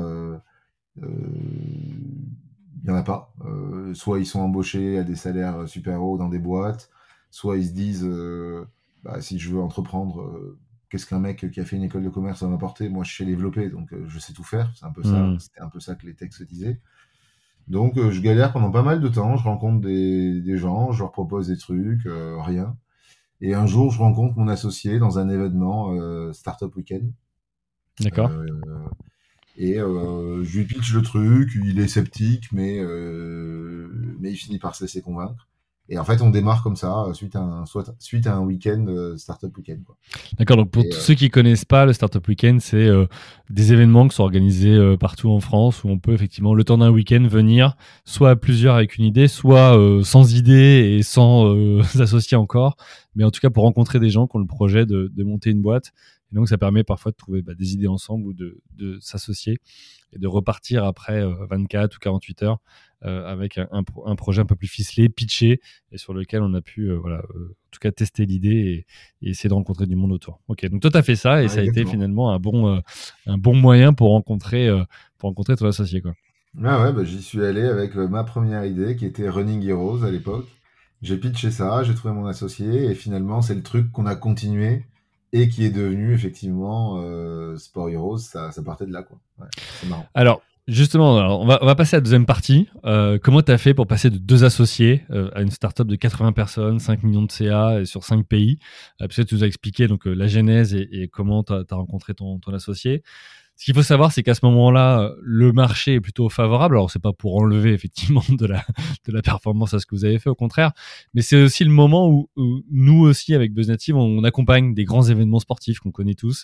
il n'y en a pas. Soit ils sont embauchés à des salaires super hauts dans des boîtes, soit ils se disent si je veux entreprendre, qu'est-ce qu'un mec qui a fait une école de commerce va m'apporter? Moi, je sais développer, donc je sais tout faire. C'est un peu ça. C'était un peu ça que les techs se disaient. Donc, je galère pendant pas mal de temps. Je rencontre des gens, je leur propose des trucs, rien. Et un jour, je rencontre mon associé dans un événement Startup Weekend. D'accord. Et je lui pitch le truc, il est sceptique, mais il finit par se laisser convaincre. Et en fait, on démarre comme ça, suite à un week-end, Startup Weekend, quoi. D'accord, donc pour tous ceux qui connaissent pas, le Startup Weekend, c'est des événements qui sont organisés partout en France où on peut effectivement, le temps d'un week-end, venir soit à plusieurs avec une idée, soit sans idée et sans s'associer encore, mais en tout cas pour rencontrer des gens qui ont le projet de monter une boîte. Et donc, ça permet parfois de trouver des idées ensemble ou de s'associer et de repartir après 24 ou 48 heures avec un projet un peu plus ficelé, pitché, et sur lequel on a pu en tout cas tester l'idée et essayer de rencontrer du monde autour. Ok, donc toi, tu as fait ça et ça a été finalement un bon moyen pour rencontrer ton associé, quoi. J'y suis allé avec ma première idée qui était Running Heroes à l'époque. J'ai pitché ça, j'ai trouvé mon associé et finalement, c'est le truc qu'on a continué et qui est devenu effectivement Sport Heroes. Ça partait de là, quoi. Ouais, c'est marrant. Alors, justement, on va passer à la deuxième partie. Comment tu as fait pour passer de 2 associés à une startup de 80 personnes, 5 millions de CA et sur 5 pays? Peut-être tu nous as expliqué donc, la genèse et comment tu as rencontré ton associé. Ce qu'il faut savoir, c'est qu'à ce moment-là, le marché est plutôt favorable. Alors, c'est pas pour enlever effectivement de la performance à ce que vous avez fait, au contraire, mais c'est aussi le moment où nous aussi, avec BuzzNative, on accompagne des grands événements sportifs qu'on connaît tous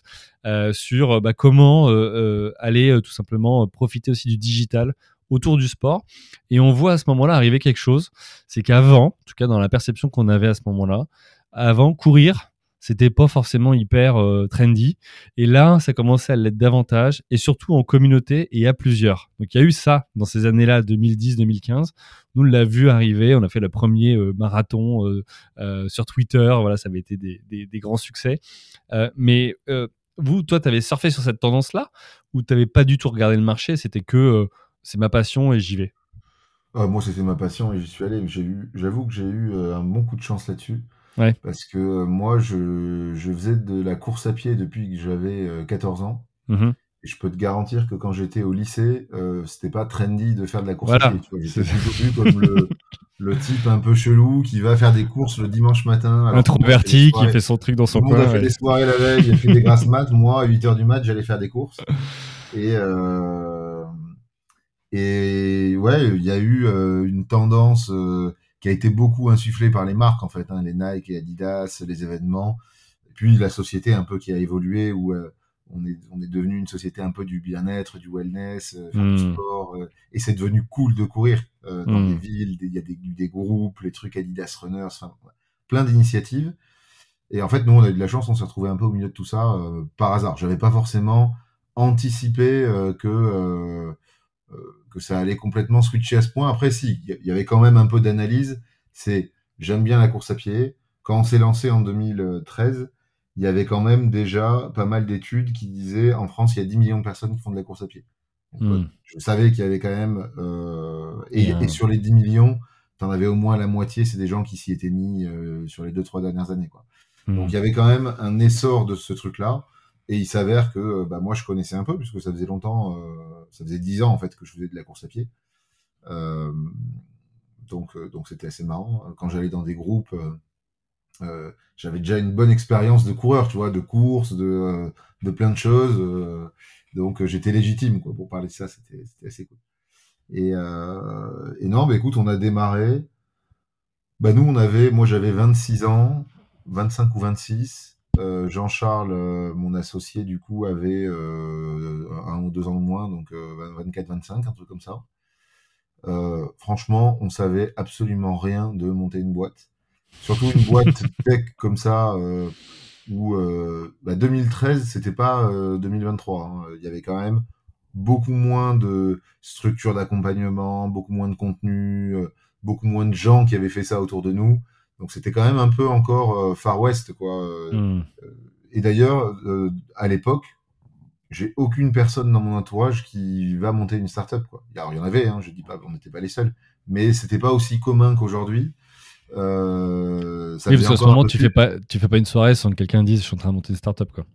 sur comment aller tout simplement profiter aussi du digital autour du sport. Et on voit à ce moment-là arriver quelque chose, c'est qu'avant, en tout cas dans la perception qu'on avait à ce moment-là, avant, courir, c'était pas forcément hyper trendy. Et là, ça commençait à l'être davantage, et surtout en communauté et à plusieurs. Donc il y a eu ça dans ces années-là, 2010-2015. Nous, on l'a vu arriver. On a fait le premier marathon sur Twitter. Voilà, ça avait été des grands succès. Mais toi, tu avais surfé sur cette tendance-là ou tu n'avais pas du tout regardé le marché? C'était que c'est ma passion et j'y vais. Moi, c'était ma passion et j'y suis allé. J'avoue que j'ai eu un bon coup de chance là-dessus. Ouais. Parce que moi, je faisais de la course à pied depuis que j'avais 14 ans. Mm-hmm. Et je peux te garantir que quand j'étais au lycée, c'était pas trendy de faire de la course Voilà. à pied. Tu vois. J'étais plutôt vu comme le type un peu chelou qui va faire des courses le dimanche matin. Introverti, qui fait son truc dans son coin. Tout le monde a fait des soirées la veille, il a fait des grasses maths. Moi, à 8h du mat, j'allais faire des courses. Et ouais, il y a eu une tendance qui a été beaucoup insufflée par les marques, en fait, hein, les Nike et Adidas, les événements. Et puis la société un peu qui a évolué, où on est devenu une société un peu du bien-être, du wellness, faire du sport. Et c'est devenu cool de courir dans des villes. Il y a des groupes, les trucs Adidas Runners, enfin, plein d'initiatives. Et en fait, nous, on a eu de la chance, on s'est retrouvé un peu au milieu de tout ça par hasard. J'avais pas forcément anticipé que que ça allait complètement switcher à ce point. Après, si, il y avait quand même un peu d'analyse. J'aime bien la course à pied. Quand on s'est lancé en 2013, il y avait quand même déjà pas mal d'études qui disaient en France, il y a 10 millions de personnes qui font de la course à pied. Donc, je savais qu'il y avait quand même. Et sur les 10 millions, tu en avais au moins la moitié, c'est des gens qui s'y étaient mis sur les 2-3 dernières années, quoi. Donc, il y avait quand même un essor de ce truc-là. Et il s'avère que moi, je connaissais un peu, puisque ça faisait longtemps, ça faisait 10 ans en fait que je faisais de la course à pied. Euh, donc c'était assez marrant. Quand j'allais dans des groupes, j'avais déjà une bonne expérience de coureur, tu vois, de course, de plein de choses. Donc j'étais légitime, quoi, pour parler de ça, c'était assez cool. Et non, écoute, on a démarré. Nous, moi j'avais 26 ans, 25 ou 26. Jean-Charles, mon associé, du coup, avait 1 ou 2 ans de moins, donc 24-25, un truc comme ça. Franchement, on savait absolument rien de monter une boîte. Surtout une boîte tech comme ça, où 2013, c'était pas 2023. Hein. Il y avait quand même beaucoup moins de structures d'accompagnement, beaucoup moins de contenu, beaucoup moins de gens qui avaient fait ça autour de nous. Donc c'était quand même un peu encore Far West, quoi. Et d'ailleurs, à l'époque, j'ai aucune personne dans mon entourage qui va monter une startup, quoi. Alors, il y en avait, hein, je dis pas, on n'était pas les seuls, mais c'était pas aussi commun qu'aujourd'hui. Oui, parce qu'à ce moment, tu fais pas une soirée sans que quelqu'un dise je suis en train de monter une startup, quoi.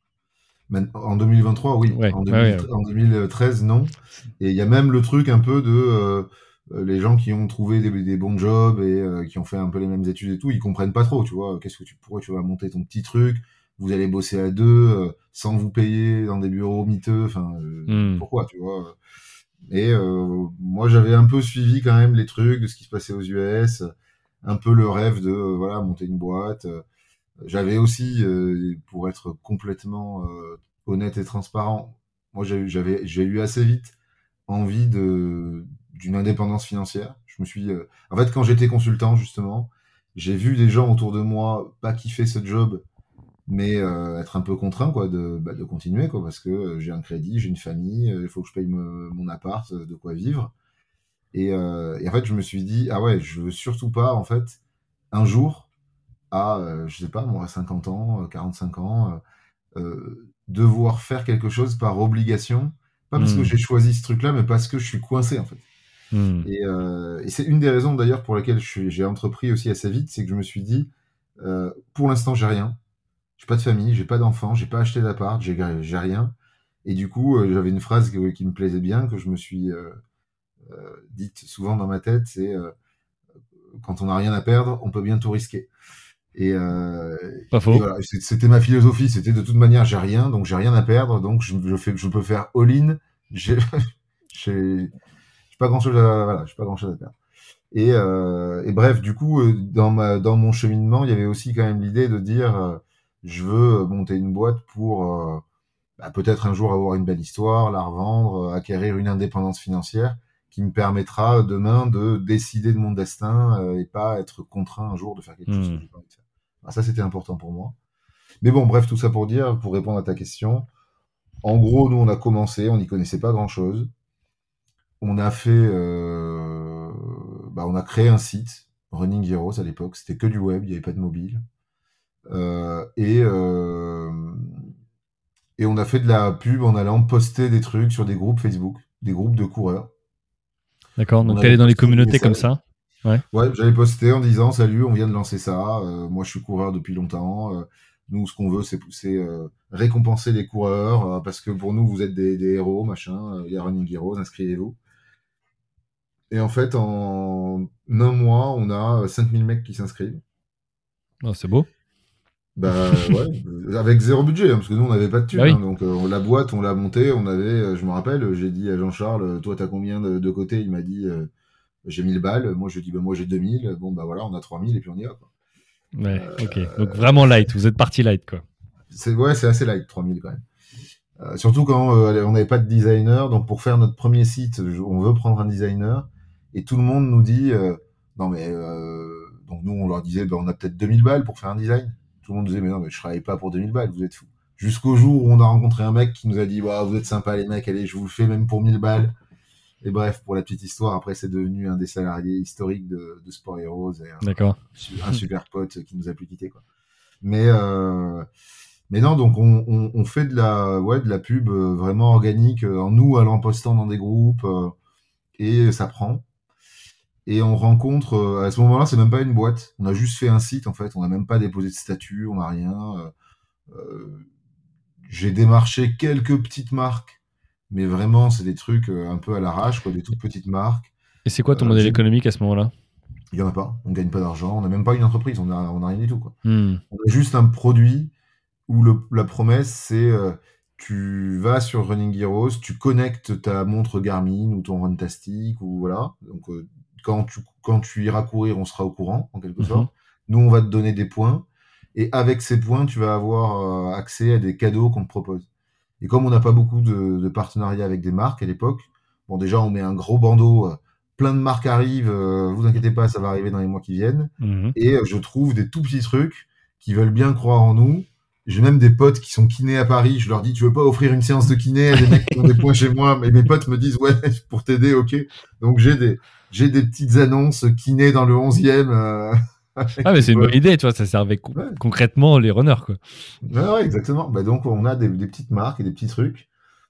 En 2023, oui. Ouais, en 2013, non. Et il y a même le truc un peu de les gens qui ont trouvé des bons jobs et qui ont fait un peu les mêmes études et tout, ils comprennent pas trop, tu vois. Pourquoi tu vas monter ton petit truc, vous allez bosser à deux, sans vous payer dans des bureaux miteux, enfin, pourquoi, tu vois. Et moi, j'avais un peu suivi quand même les trucs de ce qui se passait aux US, un peu le rêve de voilà, monter une boîte. J'avais aussi, pour être complètement honnête et transparent, moi j'ai eu assez vite envie d'une indépendance financière. En fait, quand j'étais consultant justement, j'ai vu des gens autour de moi pas kiffer ce job, mais être un peu contraint, quoi, de continuer, quoi, parce que j'ai un crédit, j'ai une famille, il faut que je paye mon appart, de quoi vivre. Et en fait, je me suis dit, ah ouais, je veux surtout pas, en fait, un jour, je sais pas, moi, à 50 ans, 45 ans, devoir faire quelque chose par obligation, pas parce que j'ai choisi ce truc-là, mais parce que je suis coincé, en fait. Et c'est une des raisons, d'ailleurs, pour lesquelles j'ai entrepris aussi assez vite, c'est que je me suis dit, pour l'instant, j'ai rien. J'ai pas de famille, j'ai pas d'enfants, j'ai pas acheté d'appart, j'ai rien. Et du coup, j'avais une phrase qui me plaisait bien, que je me suis dite souvent dans ma tête, c'est quand on n'a rien à perdre, on peut bien tout risquer. Et Pas faux. voilà, c'était ma philosophie, c'était de toute manière, j'ai rien, donc j'ai rien à perdre, donc je peux faire all-in. J'ai pas grand-chose j'ai pas grand-chose à perdre. Et bref, du coup, dans mon cheminement, il y avait aussi quand même l'idée de dire, je veux monter une boîte pour peut-être un jour avoir une belle histoire, la revendre, acquérir une indépendance financière qui me permettra demain de décider de mon destin et pas être contraint un jour de faire quelque chose que j'ai pas envie de faire. Alors ça, c'était important pour moi. Mais bon, bref, tout ça pour répondre à ta question, en gros, nous, on a commencé, on n'y connaissait pas grand-chose. On a fait, on a créé un site, Running Heroes à l'époque, c'était que du web, il n'y avait pas de mobile. Et on a fait de la pub en allant poster des trucs sur des groupes Facebook, des groupes de coureurs. D'accord, donc tu allais dans les communautés comme ça. Ouais, j'avais posté en disant salut, on vient de lancer ça. Moi, je suis coureur depuis longtemps. Nous, ce qu'on veut, c'est récompenser les coureurs parce que pour nous, vous êtes des héros, machin. Il y a Running Heroes, inscrivez-vous. Et en fait, en un mois, on a 5000 mecs qui s'inscrivent. Oh, c'est beau. Ouais, avec zéro budget, hein, parce que nous, on n'avait pas de thunes. Oui. Hein, donc, la boîte, on l'a montée. Je me rappelle, j'ai dit à Jean-Charles, toi, t'as combien de côté? Il m'a dit, j'ai 1000 balles. Moi, je dis, moi, j'ai 2000. Bon, voilà, on a 3000 et puis on y va, quoi. Ouais, ok. Donc, vraiment light. Vous êtes parti light, quoi. C'est assez light, 3000 quand même. Surtout quand on n'avait pas de designer. Donc, pour faire notre premier site, on veut prendre un designer. Et tout le monde nous dit, non, mais. Donc, nous, on leur disait, on a peut-être 2000 balles pour faire un design. Tout le monde disait, mais non, mais je travaille pas pour 2000 balles, vous êtes fous. Jusqu'au jour où on a rencontré un mec qui nous a dit, vous êtes sympa les mecs, allez, je vous le fais même pour 1000 balles. Et bref, pour la petite histoire, après, c'est devenu un des salariés historiques de Sport Heroes et D'accord. un super pote qui nous a plus quitté, quoi. Mais, euh, mais non, donc on fait de la pub vraiment organique en nous allant postant dans des groupes et ça prend. Et on rencontre, à ce moment-là, c'est même pas une boîte. On a juste fait un site, en fait. On n'a même pas déposé de statut, on n'a rien. J'ai démarché quelques petites marques, mais vraiment, c'est des trucs un peu à l'arrache, quoi, des toutes petites marques. Et c'est quoi ton modèle J'ai économique à ce moment-là? Il y en a pas. On gagne pas d'argent. On n'a même pas une entreprise. On a rien du tout, quoi. Hmm. On a juste un produit où la promesse, c'est tu vas sur Running Heroes, tu connectes ta montre Garmin ou ton Runtastic, ou voilà. Donc, quand tu iras courir, on sera au courant, en quelque Mhm. sorte. Nous, on va te donner des points. Et avec ces points, tu vas avoir accès à des cadeaux qu'on te propose. Et comme on n'a pas beaucoup de partenariats avec des marques à l'époque, bon, déjà, on met un gros bandeau. Plein de marques arrivent, vous inquiétez pas, ça va arriver dans les mois qui viennent. Mhm. Et je trouve des tout petits trucs qui veulent bien croire en nous. J'ai même des potes qui sont kinés à Paris. Je leur dis, tu veux pas offrir une séance de kiné à des mecs qui ont des points chez moi? Mais mes potes me disent, ouais, pour t'aider, ok. Donc j'ai des petites annonces kiné dans le 11e. Avec Ah, mais des c'est une bonne potes. idée, tu vois, ça servait Ouais, concrètement les runners, quoi. ouais, exactement. Bah, donc on a des petites marques et des petits trucs.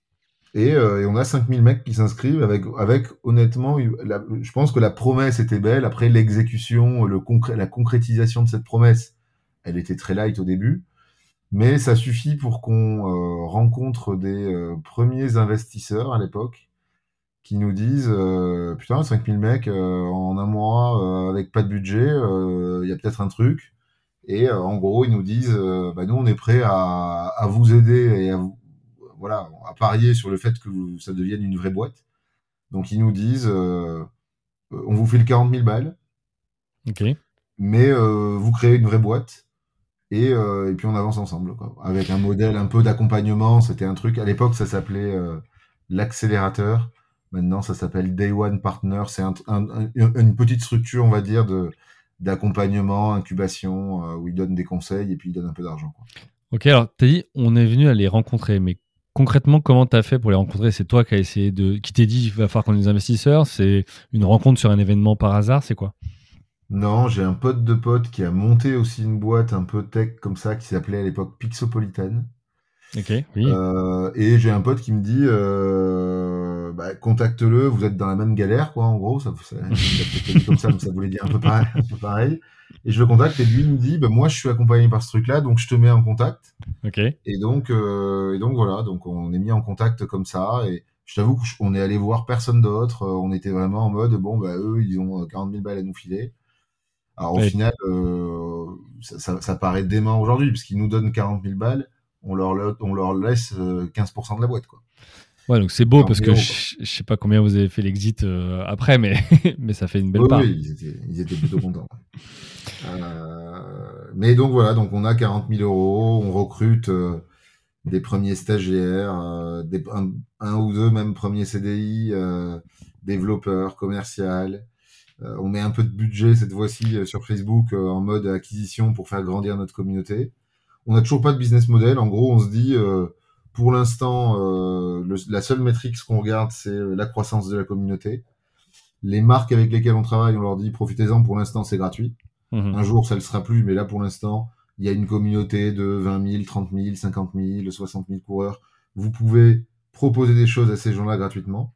Et on a 5000 mecs qui s'inscrivent avec honnêtement, je pense que la promesse était belle. Après, l'exécution, la concrétisation de cette promesse, elle était très light au début. Mais ça suffit pour qu'on rencontre des premiers investisseurs à l'époque qui nous disent putain, 5000 mecs en un mois avec pas de budget, il y a peut-être un truc. Et en gros, ils nous disent bah, nous, on est prêt à vous aider et voilà, à parier sur le fait que ça devienne une vraie boîte. Donc, ils nous disent on vous file 40 000 balles, Ok. mais vous créez une vraie boîte. Et puis on avance ensemble, quoi. Avec un modèle un peu d'accompagnement. C'était un truc, à l'époque, ça s'appelait l'accélérateur. Maintenant, ça s'appelle Day One Partner. C'est une petite structure, on va dire, d'accompagnement, incubation, où ils donnent des conseils et puis ils donnent un peu d'argent, quoi. Ok, alors t'as dit on est venu à les rencontrer, mais concrètement, comment t'as fait pour les rencontrer? C'est toi qui as essayé qui t'es dit il va falloir qu'on ait des investisseurs? C'est une rencontre sur un événement par hasard? C'est quoi? Non, j'ai un pote de pote qui a monté aussi une boîte un peu tech comme ça, qui s'appelait à l'époque Pixopolitan. Ok, oui. Et j'ai un pote qui me dit bah, contacte-le, vous êtes dans la même galère, quoi, en gros. Il l'a peut-être pas dit comme ça, mais ça voulait dire un peu pareil, un peu pareil. Et je le contacte et lui il me dit bah, moi je suis accompagné par ce truc-là, donc je te mets en contact. Ok. Et donc voilà, donc on est mis en contact comme ça. Et je t'avoue qu'on est allé voir personne d'autre. On était vraiment en mode bon bah eux ils ont 40 000 balles à nous filer. Alors au Ouais. final, ça paraît dément aujourd'hui, puisqu'ils nous donnent 40 000 balles, on leur laisse 15% de la boîte, quoi. Ouais, donc c'est beau 40 parce 000 que euros, quoi. je sais pas combien vous avez fait l'exit après, mais, mais ça fait une belle Oui, part. oui, ils étaient plutôt contents. Mais donc voilà, donc on a 40 000 euros, on recrute des premiers stagiaires, un ou deux même premiers CDI, développeurs, commercial. On met un peu de budget cette fois-ci sur Facebook en mode acquisition pour faire grandir notre communauté. On n'a toujours pas de business model. En gros, on se dit, pour l'instant, la seule métrique qu'on regarde, c'est la croissance de la communauté. Les marques avec lesquelles on travaille, on leur dit, profitez-en, pour l'instant, c'est gratuit. Mhm. Un jour, ça ne le sera plus, mais là, pour l'instant, il y a une communauté de 20 000, 30 000, 50 000, 60 000 coureurs. Vous pouvez proposer des choses à ces gens-là gratuitement.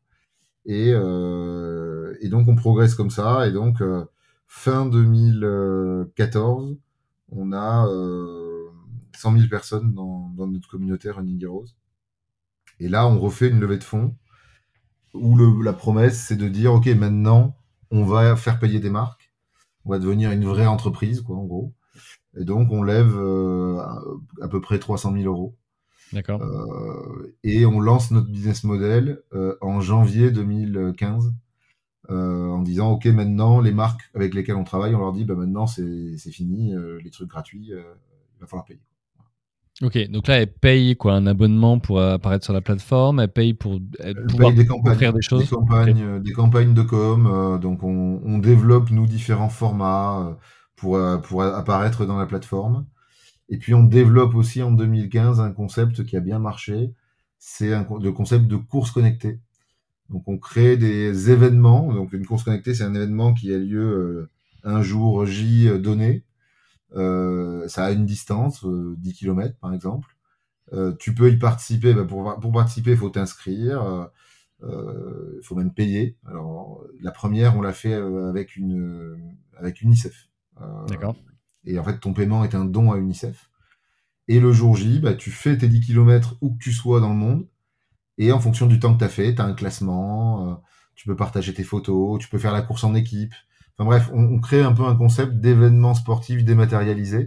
Et donc, on progresse comme ça. Et donc, fin 2014, on a 100 000 personnes dans notre communauté Running Heroes. Et là, on refait une levée de fonds où la promesse, c'est de dire, OK, maintenant, on va faire payer des marques. On va devenir une vraie entreprise, quoi, en gros. Et donc, on lève à peu près 300 000 euros. D'accord. Et on lance notre business model en janvier 2015 en disant, OK, maintenant, les marques avec lesquelles on travaille, on leur dit, bah, maintenant, c'est fini, les trucs gratuits, il va falloir payer. Ok, donc là, elle paye quoi, un abonnement pour apparaître sur la plateforme, elle paye pour Elle pouvoir paye des offrir campagnes, des choses. des campagnes de com. Donc, on développe, nous, différents formats pour apparaître dans la plateforme. Et puis, on développe aussi en 2015 un concept qui a bien marché. C'est le concept de course connectée. Donc on crée des événements. Donc une course connectée, c'est un événement qui a lieu un jour J donné. Ça a une distance, 10 km par exemple. Tu peux y participer. Pour participer, il faut t'inscrire. Il faut même payer. Alors la première, on l'a fait avec UNICEF. D'accord. Et en fait, ton paiement est un don à UNICEF. Et le jour J, tu fais tes 10 km où que tu sois dans le monde. Et en fonction du temps que tu as fait, tu as un classement, tu peux partager tes photos, tu peux faire la course en équipe. Enfin bref, on crée un peu un concept d'événement sportif dématérialisé.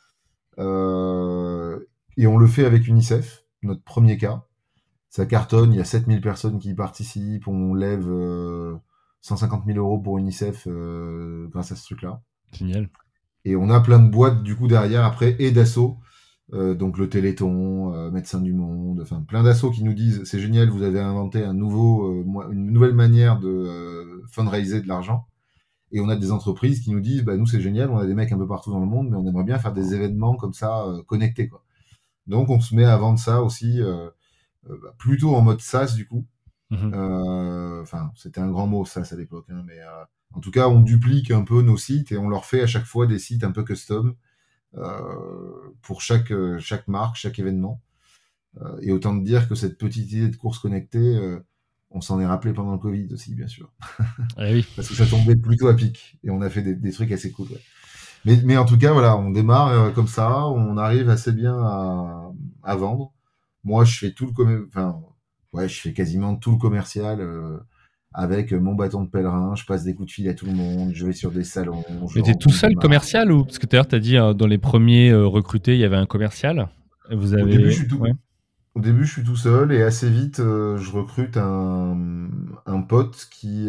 Et on le fait avec UNICEF, notre premier cas. Ça cartonne, il y a 7000 personnes qui y participent, on lève 150 000 euros pour UNICEF grâce à ce truc-là. Génial. Et on a plein de boîtes du coup derrière après et d'assos. Donc le Téléthon, Médecins du Monde, enfin plein d'assos qui nous disent c'est génial, vous avez inventé une nouvelle manière de fundraiser de l'argent. Et on a des entreprises qui nous disent nous c'est génial, on a des mecs un peu partout dans le monde, mais on aimerait bien faire des événements comme ça connectés quoi. Donc on se met à vendre ça aussi plutôt en mode SaaS du coup. Enfin c'était un grand mot SaaS à l'époque, hein, mais en tout cas on duplique un peu nos sites et on leur fait à chaque fois des sites un peu custom. Pour chaque marque, chaque événement. Et autant te dire que cette petite idée de course connectée, on s'en est rappelé pendant le Covid aussi, bien sûr. Oui. Parce que ça tombait plutôt à pic. Et on a fait des trucs assez cool. Ouais. Mais en tout cas, voilà, on démarre comme ça, on arrive assez bien à vendre. Moi, je fais je fais quasiment tout le commercial avec mon bâton de pèlerin, je passe des coups de fil à tout le monde, je vais sur des salons. Mais t'es tout seul commercial ou parce que d'ailleurs t'as dit dans les premiers recrutés il y avait un commercial. Vous avez... Au début, je suis tout seul et assez vite, je recrute un pote qui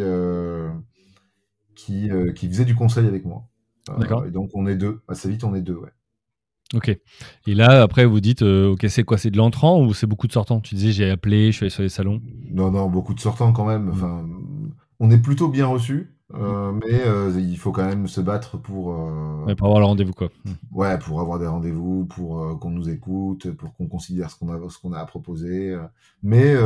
faisait du conseil avec moi. D'accord. Et donc on est deux. Assez vite, on est deux, ouais. Ok. Et là, après, vous dites, ok, c'est quoi? C'est de l'entrant ou c'est beaucoup de sortants? Tu disais, j'ai appelé, je suis allé sur les salons. Non, beaucoup de sortants quand même. Enfin, on est plutôt bien reçus, mais il faut quand même se battre pour avoir le rendez-vous, quoi. Ouais, pour avoir des rendez-vous, pour qu'on nous écoute, pour qu'on considère ce qu'on a à proposer. Mais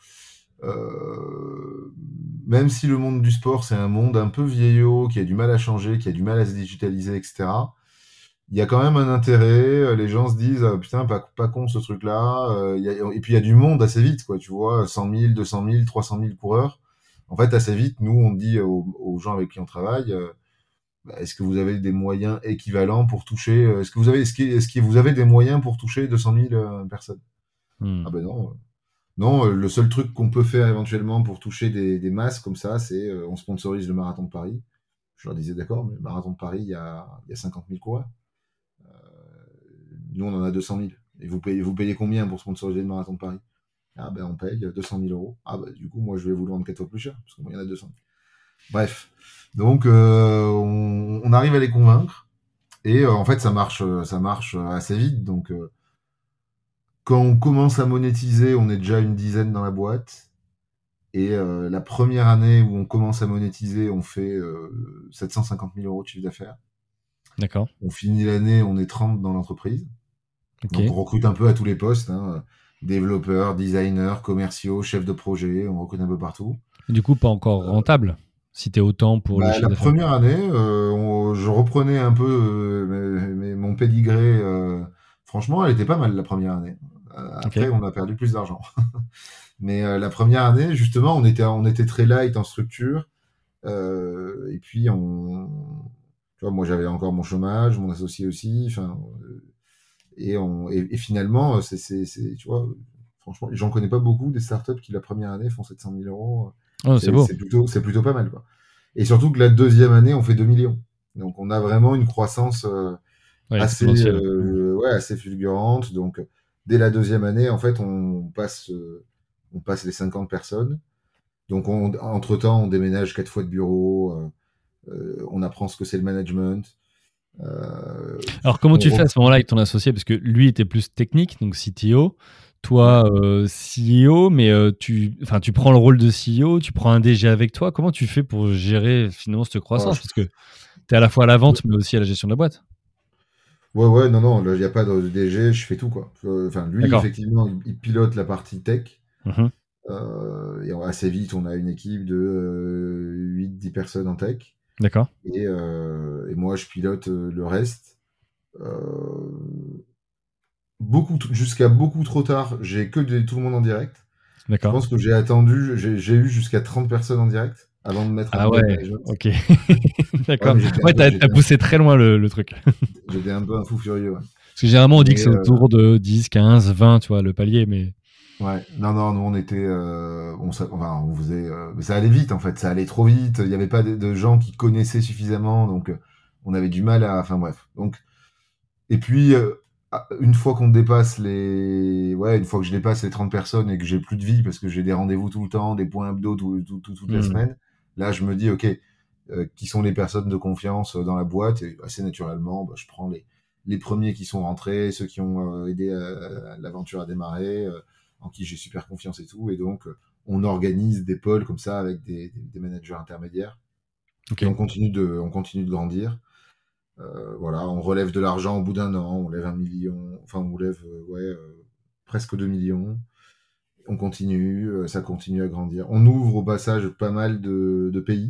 même si le monde du sport, c'est un monde un peu vieillot, qui a du mal à changer, qui a du mal à se digitaliser, etc., il y a quand même un intérêt. Les gens se disent putain, pas con ce truc-là. Et puis il y a du monde assez vite, quoi. Tu vois, 100 000, 200 000, 300 000 coureurs. En fait, assez vite, nous, on dit aux gens avec qui on travaille est-ce que vous avez des moyens équivalents pour toucher est-ce que vous avez des moyens pour toucher 200 000 personnes Ah ben non. Non, le seul truc qu'on peut faire éventuellement pour toucher des masses comme ça, c'est on sponsorise le marathon de Paris. Je leur disais d'accord, mais le marathon de Paris, il y a 50 000 coureurs. Nous, on en a 200 000. Et vous payez combien pour sponsoriser le marathon de Paris? Ah ben on paye 200 000 euros. Ah ben du coup, moi, je vais vous le vendre 4 fois plus cher, parce que moi, il y en a 200 000. Bref. Donc, on arrive à les convaincre. Et en fait, ça marche assez vite. Donc, quand on commence à monétiser, on est déjà une dizaine dans la boîte. Et la première année où on commence à monétiser, on fait 750 000 euros de chiffre d'affaires. D'accord. On finit l'année, on est 30 dans l'entreprise. Okay. Donc, on recrute un peu à tous les postes. Développeurs, designers, commerciaux, chefs de projet. On recrute un peu partout. Du coup, pas encore rentable si t'es autant pour le chiffre La d'affaires. première année, je reprenais un peu mon pédigré. Franchement, elle était pas mal la première année. Après, on a perdu plus d'argent. Mais la première année, justement, on était très light en structure. Et puis, tu vois, moi, j'avais encore mon chômage, mon associé aussi. Et finalement, tu vois, franchement, j'en connais pas beaucoup des startups qui la première année font 700 000 euros. Oh, c'est beau. C'est plutôt pas mal, quoi. Et surtout que la deuxième année, on fait 2 millions. Donc, on a vraiment une croissance assez fulgurante. Donc, dès la deuxième année, en fait, on passe les 50 personnes. Donc, entre-temps, on déménage 4 fois de bureau. On apprend ce que c'est le management. Alors, comment tu fais à ce moment-là avec ton associé? Parce que lui était plus technique, donc CTO. Toi, CEO, mais tu prends le rôle de CEO, tu prends un DG avec toi. Comment tu fais pour gérer finalement cette croissance? Parce que tu es à la fois à la vente, mais aussi à la gestion de la boîte. Ouais, non, il n'y a pas de DG, je fais tout, quoi. Enfin, lui, effectivement, il pilote la partie tech. Et assez vite, on a une équipe de 8-10 personnes en tech. D'accord. Et moi, je pilote le reste. Jusqu'à beaucoup trop tard, j'ai tout le monde en direct. Je D'accord. pense que j'ai eu jusqu'à 30 personnes en direct avant de mettre en Ah mode ouais, management. ok. Ouais, D'accord. mais j'étais un Ouais, peu, t'as poussé très loin le truc. j'étais un peu un fou furieux. Ouais. Parce que généralement, on dit que Mais c'est autour de 10, 15, 20, tu vois, le palier, mais... ouais, non, nous on était, on faisait, mais ça allait vite en fait, ça allait trop vite. Il n'y avait pas de gens qui connaissaient suffisamment, donc on avait du mal à, enfin bref. Donc et puis une fois qu'on dépasse une fois que je dépasse les 30 personnes et que j'ai plus de vie parce que j'ai des rendez-vous tout le temps, des points hebdo toute la semaine, là je me dis ok, qui sont les personnes de confiance dans la boîte et assez naturellement, je prends les premiers qui sont rentrés, ceux qui ont aidé l'aventure à démarrer, en qui j'ai super confiance et tout, et donc on organise des pôles comme ça avec des managers intermédiaires Ok. et on continue de grandir. Voilà, on relève de l'argent au bout d'un an, on lève 1 million, enfin on lève presque 2 millions. On continue, ça continue à grandir. On ouvre au passage pas mal de pays.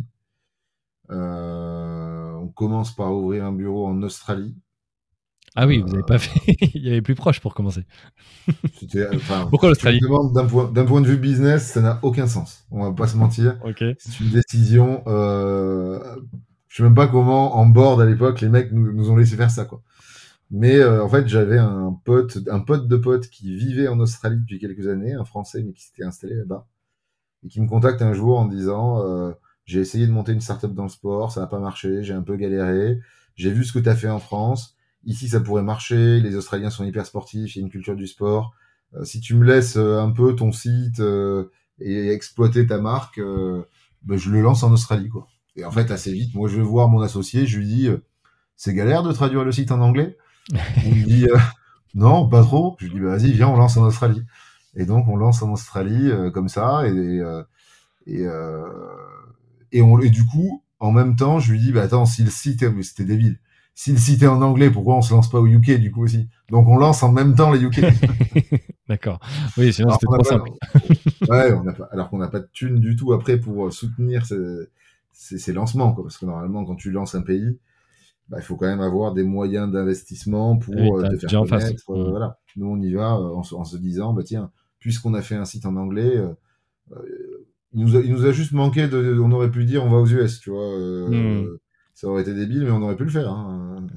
On commence par ouvrir un bureau en Australie. Ah oui, vous n'avez pas fait... Il y avait plus proche pour commencer. Pourquoi Si tu me l'Australie? demandes d'un point de vue business, ça n'a aucun sens. On va pas se mentir. Ok. C'est une décision. Je sais même pas comment, en board à l'époque, les mecs nous ont laissé faire ça, quoi. Mais en fait, j'avais un pote de pote qui vivait en Australie depuis quelques années, un Français, mais qui s'était installé là-bas, et qui me contacte un jour en me disant j'ai essayé de monter une startup dans le sport, ça n'a pas marché, j'ai un peu galéré, j'ai vu ce que tu as fait en France, ici ça pourrait marcher, les Australiens sont hyper sportifs, il y a une culture du sport, si tu me laisses un peu ton site et exploiter ta marque, je le lance en Australie, quoi. Et en fait, assez vite, moi je vais voir mon associé, je lui dis c'est galère de traduire le site en anglais. Il me dit non, pas trop. Je lui dis vas-y, viens, on lance en Australie. Et donc on lance en Australie comme ça, et, euh, et du coup, en même temps, je lui dis, bah attends, si le site est, mais c'était débile. Si le site est en anglais, pourquoi on se lance pas au UK du coup aussi? Donc on lance en même temps les UK. D'accord. Oui, sinon Alors c'était qu'on n'a trop pas, simple. ouais, alors qu'on n'a pas de thunes du tout après pour soutenir ces lancements, quoi. Parce que normalement, quand tu lances un pays, il faut quand même avoir des moyens d'investissement Oui, pour t'as un te faire budget en face. connaître. Voilà. Nous, on y va en se disant, bah tiens, puisqu'on a fait un site en anglais, il nous a juste manqué on aurait pu dire on va aux US, tu vois. Hmm. Ça aurait été débile, mais on aurait pu le faire, hein.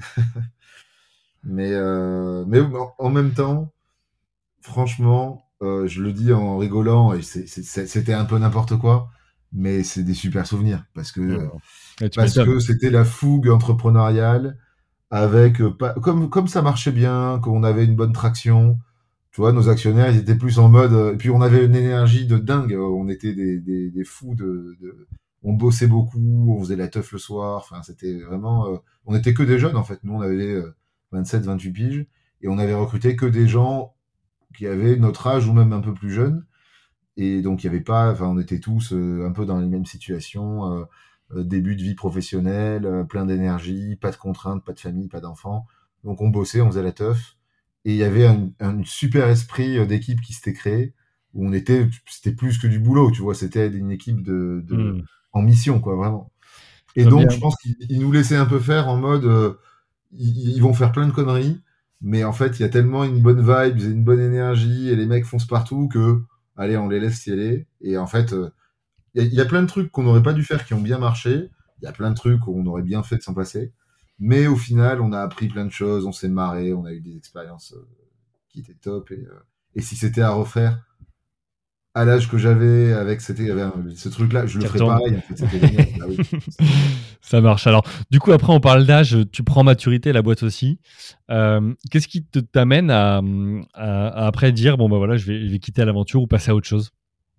Mais en même temps, franchement, je le dis en rigolant, et c'était un peu n'importe quoi, mais c'est des super souvenirs Hmm. Ouais, tu m'étonnes. c'était la fougue entrepreneuriale avec comme ça marchait bien, qu'on avait une bonne traction. Tu vois, nos actionnaires, ils étaient plus en mode. Et puis on avait une énergie de dingue. On était des fous on bossait beaucoup, on faisait la teuf le soir. Enfin, c'était vraiment. On était que des jeunes en fait. Nous, on avait 27, 28 piges, et on avait recruté que des gens qui avaient notre âge ou même un peu plus jeunes. Et donc, il y avait pas. Enfin, on était tous un peu dans les mêmes situations. Début de vie professionnelle, plein d'énergie, pas de contraintes, pas de famille, pas d'enfants. Donc, on bossait, on faisait la teuf. Et il y avait un super esprit d'équipe qui s'était créé, où c'était plus que du boulot, tu vois, c'était une équipe Hmm. en mission, quoi, vraiment. Je Et vois donc, bien. je pense qu'ils nous laissaient un peu faire en mode, ils vont faire plein de conneries, mais en fait, il y a tellement une bonne vibe, une bonne énergie, et les mecs foncent partout que, allez, on les laisse y aller. Et en fait, il y a plein de trucs qu'on n'aurait pas dû faire qui ont bien marché. Il y a plein de trucs qu'on aurait bien fait de s'en passer. Mais au final, on a appris plein de choses, on s'est marré, on a eu des expériences qui étaient top. Et si c'était à refaire à l'âge que j'avais avec ce truc-là, je le Tu ferais retournes. pareil. En fait, c'était génial. Bah oui, c'était génial. Ça marche. Alors, du coup, après, on parle d'âge, tu prends maturité, la boîte aussi. Qu'est-ce qui t'amène à après dire, bon, bah voilà, je vais quitter l'aventure ou passer à autre chose?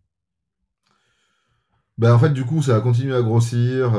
Ben, en fait, du coup, ça a continué à grossir.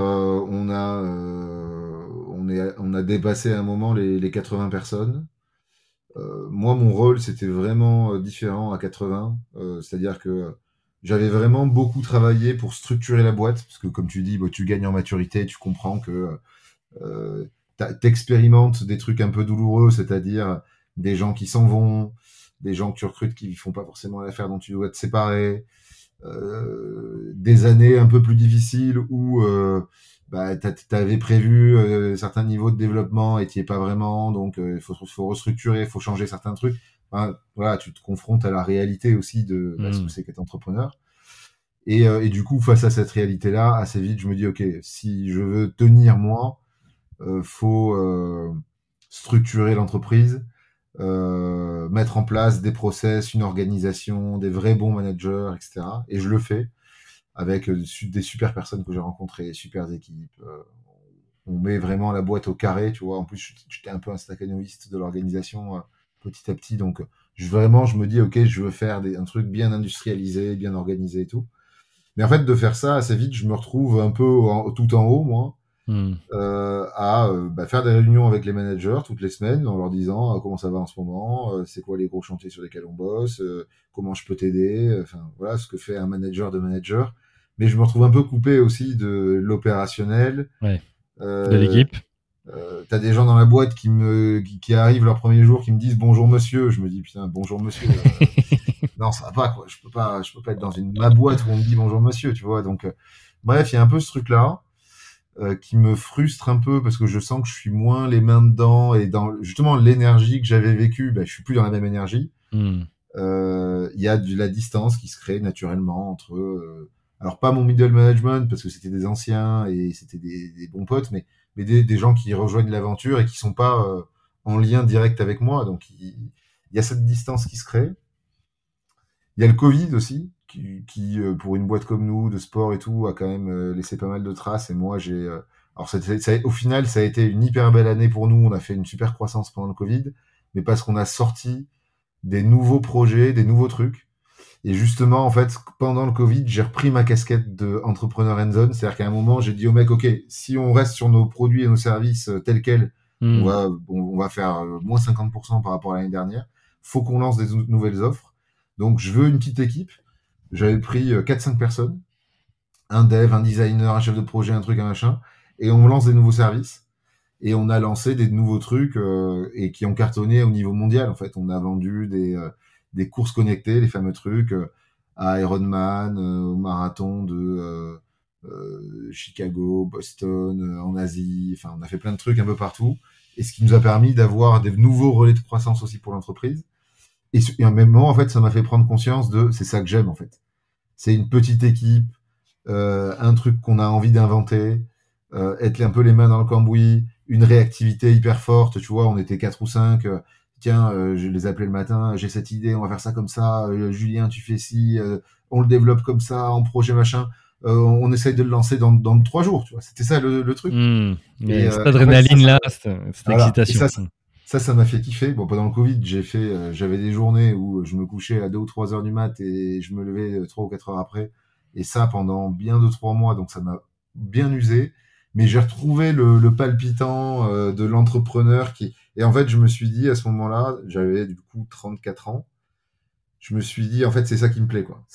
On a dépassé à un moment les 80 personnes. Moi, mon rôle, c'était vraiment différent à 80. C'est-à-dire que j'avais vraiment beaucoup travaillé pour structurer la boîte. Parce que, comme tu dis, bah, tu gagnes en maturité, tu comprends que t'expérimentes des trucs un peu douloureux, c'est-à-dire des gens qui s'en vont, des gens que tu recrutes qui font pas forcément l'affaire dont tu dois te séparer, des années un peu plus difficiles où t'avais prévu certains niveaux de développement et t'y es pas vraiment, donc il faut restructurer, il faut changer certains trucs. Enfin, voilà, tu te confrontes à la réalité aussi de ce que c'est qu'être entrepreneur. Et du coup, face à cette réalité-là, assez vite, je me dis, ok, si je veux tenir moi, faut structurer l'entreprise, mettre en place des process, une organisation, des vrais bons managers, etc. Et je le fais avec des super personnes que j'ai rencontrées, super équipes. On met vraiment la boîte au carré, tu vois. En plus, j'étais un peu un staccanoïste de l'organisation petit à petit. Donc, je me dis, ok, je veux faire un truc bien industrialisé, bien organisé et tout. Mais en fait, de faire ça, assez vite, je me retrouve un peu tout en haut, moi, à faire des réunions avec les managers toutes les semaines en leur disant comment ça va en ce moment, c'est quoi les gros chantiers sur lesquels on bosse, comment je peux t'aider, enfin voilà ce que fait un manager de manager. Mais je me retrouve un peu coupé aussi de l'opérationnel. Ouais. De l'équipe. T'as des gens dans la boîte qui arrivent leur premier jour, qui me disent bonjour monsieur. Je me dis putain bonjour monsieur. Non, ça va pas quoi. Je peux pas être dans ma boîte où on me dit bonjour monsieur, tu vois. Donc bref, il y a un peu ce truc là qui me frustre un peu parce que je sens que je suis moins les mains dedans et dans justement l'énergie que j'avais vécue, je suis plus dans la même énergie. Il y a de la distance qui se crée naturellement entre alors pas mon middle management parce que c'était des anciens et c'était des bons potes, mais des gens qui rejoignent l'aventure et qui sont pas en lien direct avec moi. Donc il y a cette distance qui se crée. Il y a le Covid aussi, qui pour une boîte comme nous, de sport et tout, a quand même laissé pas mal de traces. Et moi, alors, au final, ça a été une hyper belle année pour nous. On a fait une super croissance pendant le Covid, mais parce qu'on a sorti des nouveaux projets, des nouveaux trucs. Et justement, en fait, pendant le Covid, j'ai repris ma casquette d'entrepreneur hands-on. C'est-à-dire qu'à un moment, j'ai dit au mec, OK, si on reste sur nos produits et nos services tels quels, on va faire moins 50% par rapport à l'année dernière. Faut qu'on lance des nouvelles offres. Donc, je veux une petite équipe. J'avais pris 4-5 personnes. Un dev, un designer, un chef de projet, un truc, un machin. Et on lance des nouveaux services. Et on a lancé des nouveaux trucs et qui ont cartonné au niveau mondial. En fait, on a vendu des courses connectées, les fameux trucs, à Ironman, au marathon de Chicago, Boston, en Asie. Enfin, on a fait plein de trucs un peu partout. Et ce qui nous a permis d'avoir des nouveaux relais de croissance aussi pour l'entreprise. Et en même moment, en fait, ça m'a fait prendre conscience c'est ça que j'aime, en fait. C'est une petite équipe, un truc qu'on a envie d'inventer, être un peu les mains dans le cambouis, une réactivité hyper forte, tu vois, on était 4 ou 5, tiens, je les appelais le matin, j'ai cette idée, on va faire ça comme ça, Julien, tu fais ci, on le développe comme ça, en projet machin, on essaye de le lancer dans 3 jours, tu vois, c'était ça le truc. Cette adrénaline-là, cette excitation. Et ça m'a fait kiffer. Bon, pendant le Covid, j'avais des journées où je me couchais à 2 ou 3 heures du mat et je me levais 3 ou 4 heures après. Et ça pendant bien 2-3 mois, donc ça m'a bien usé. Mais j'ai retrouvé le palpitant de l'entrepreneur Et en fait, je me suis dit, à ce moment-là, j'avais du coup 34 ans, je me suis dit, en fait, c'est ça qui me plaît, quoi.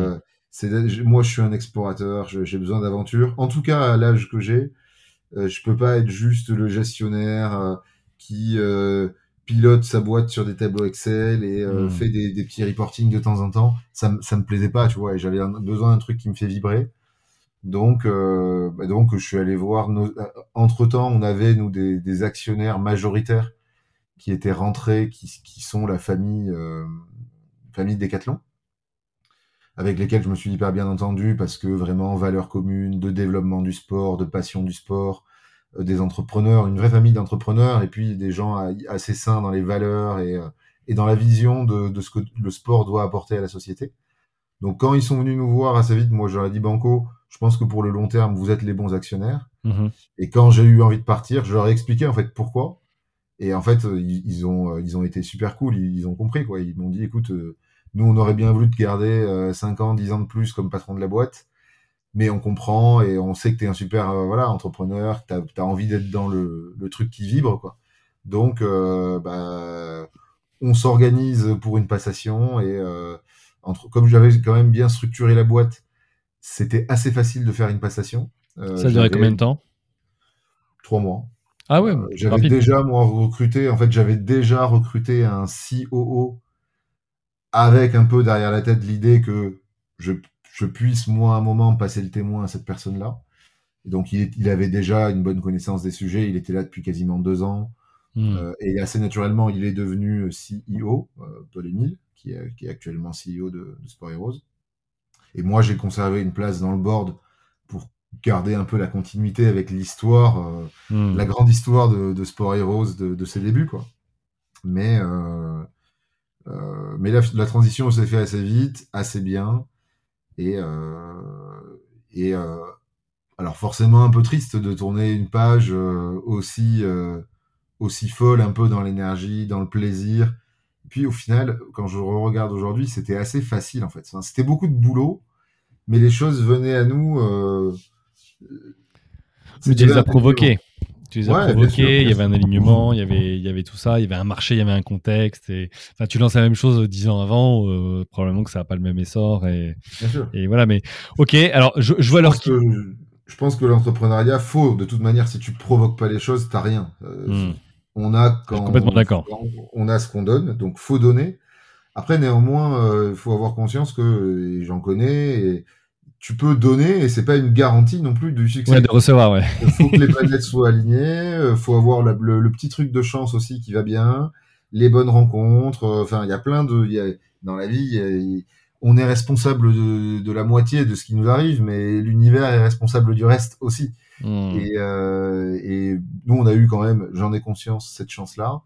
Moi, je suis un explorateur, j'ai besoin d'aventure. En tout cas, à l'âge que j'ai, je peux pas être juste le gestionnaire qui pilote sa boîte sur des tableaux Excel et fait des petits reporting de temps en temps. Ça me plaisait pas, tu vois, et j'avais besoin d'un truc qui me fait vibrer. Donc je suis allé voir. Entre-temps, on avait, nous, des actionnaires majoritaires qui étaient rentrés, qui sont la famille Decathlon, avec lesquels je me suis hyper bien entendu parce que vraiment, valeurs communes, de développement du sport, de passion du sport, des entrepreneurs, une vraie famille d'entrepreneurs, et puis des gens assez sains dans les valeurs et dans la vision de ce que le sport doit apporter à la société. Donc quand ils sont venus nous voir assez vite, moi je leur ai dit Banco, je pense que pour le long terme, vous êtes les bons actionnaires. Et quand j'ai eu envie de partir, je leur ai expliqué en fait pourquoi. Et en fait, ils ont été super cool, ils ont compris, quoi. Ils m'ont dit, écoute, nous on aurait bien voulu te garder 5 ans, 10 ans de plus comme patron de la boîte, mais on comprend et on sait que tu es un super entrepreneur, que tu as envie d'être dans le truc qui vibre, quoi. Donc, on s'organise pour une passation et comme j'avais quand même bien structuré la boîte, c'était assez facile de faire une passation. Ça a duré combien de temps? 3 mois. Ah ouais, j'avais déjà recruté un COO avec un peu derrière la tête l'idée que je puisse, moi, à un moment, passer le témoin à cette personne-là. Et donc, il avait déjà une bonne connaissance des sujets. Il était là depuis quasiment 2 ans. Et assez naturellement, il est devenu CEO, Paul Émile, qui est actuellement CEO de Sport Heroes. Et moi, j'ai conservé une place dans le board pour garder un peu la continuité avec l'histoire, la grande histoire de Sport Heroes de ses débuts, quoi. Mais la transition s'est faite assez vite, assez bien. Et alors forcément un peu triste de tourner une page aussi folle, un peu dans l'énergie, dans le plaisir. Et puis au final, quand je regarde aujourd'hui, c'était assez facile en fait. Enfin, c'était beaucoup de boulot, mais les choses venaient à nous. Mais tu C'était les as un alignement. provoqués. Tu les as Ouais, bien sûr, provoqués, il bien y avait sûr. un alignement, il y avait tout ça, il y avait un marché, il y avait un contexte. Enfin, tu lances la même chose 10 ans avant, probablement que ça n'a pas le même essor. Bien sûr. Et voilà, mais ok, alors je Je vois leur pense qui. que je pense que l'entrepreneuriat, faut de toute manière, si tu provoques pas les choses, t'as rien. Hmm. On a Je suis complètement d'accord. quand on a ce qu'on donne, donc faut donner. Après, néanmoins, il faut avoir conscience que, et j'en connais, et tu peux donner, et c'est pas une garantie non plus du Ouais, de succès. recevoir, ouais. Il faut que les planètes soient alignées, faut avoir le petit truc de chance aussi qui va bien, les bonnes rencontres. Enfin, il y a plein de, dans la vie, on est responsable de la moitié de ce qui nous arrive, mais l'univers est responsable du reste aussi. Hmm. Et nous, on a eu quand même, j'en ai conscience, cette chance-là,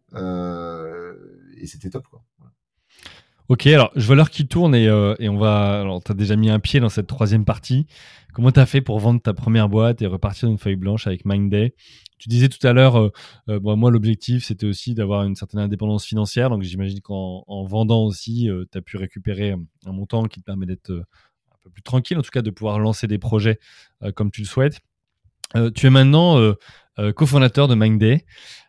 et c'était top, quoi. Ok, alors je vois l'heure qui tourne et on va. Alors, tu as déjà mis un pied dans cette troisième partie. Comment tu as fait pour vendre ta première boîte et repartir d'une feuille blanche avec Mindday? Tu disais tout à l'heure, bon, moi, l'objectif, c'était aussi d'avoir une certaine indépendance financière. Donc, j'imagine qu'en vendant aussi, tu as pu récupérer un montant qui te permet d'être un peu plus tranquille, en tout cas, de pouvoir lancer des projets comme tu le souhaites. Tu es maintenant cofondateur de Mindday.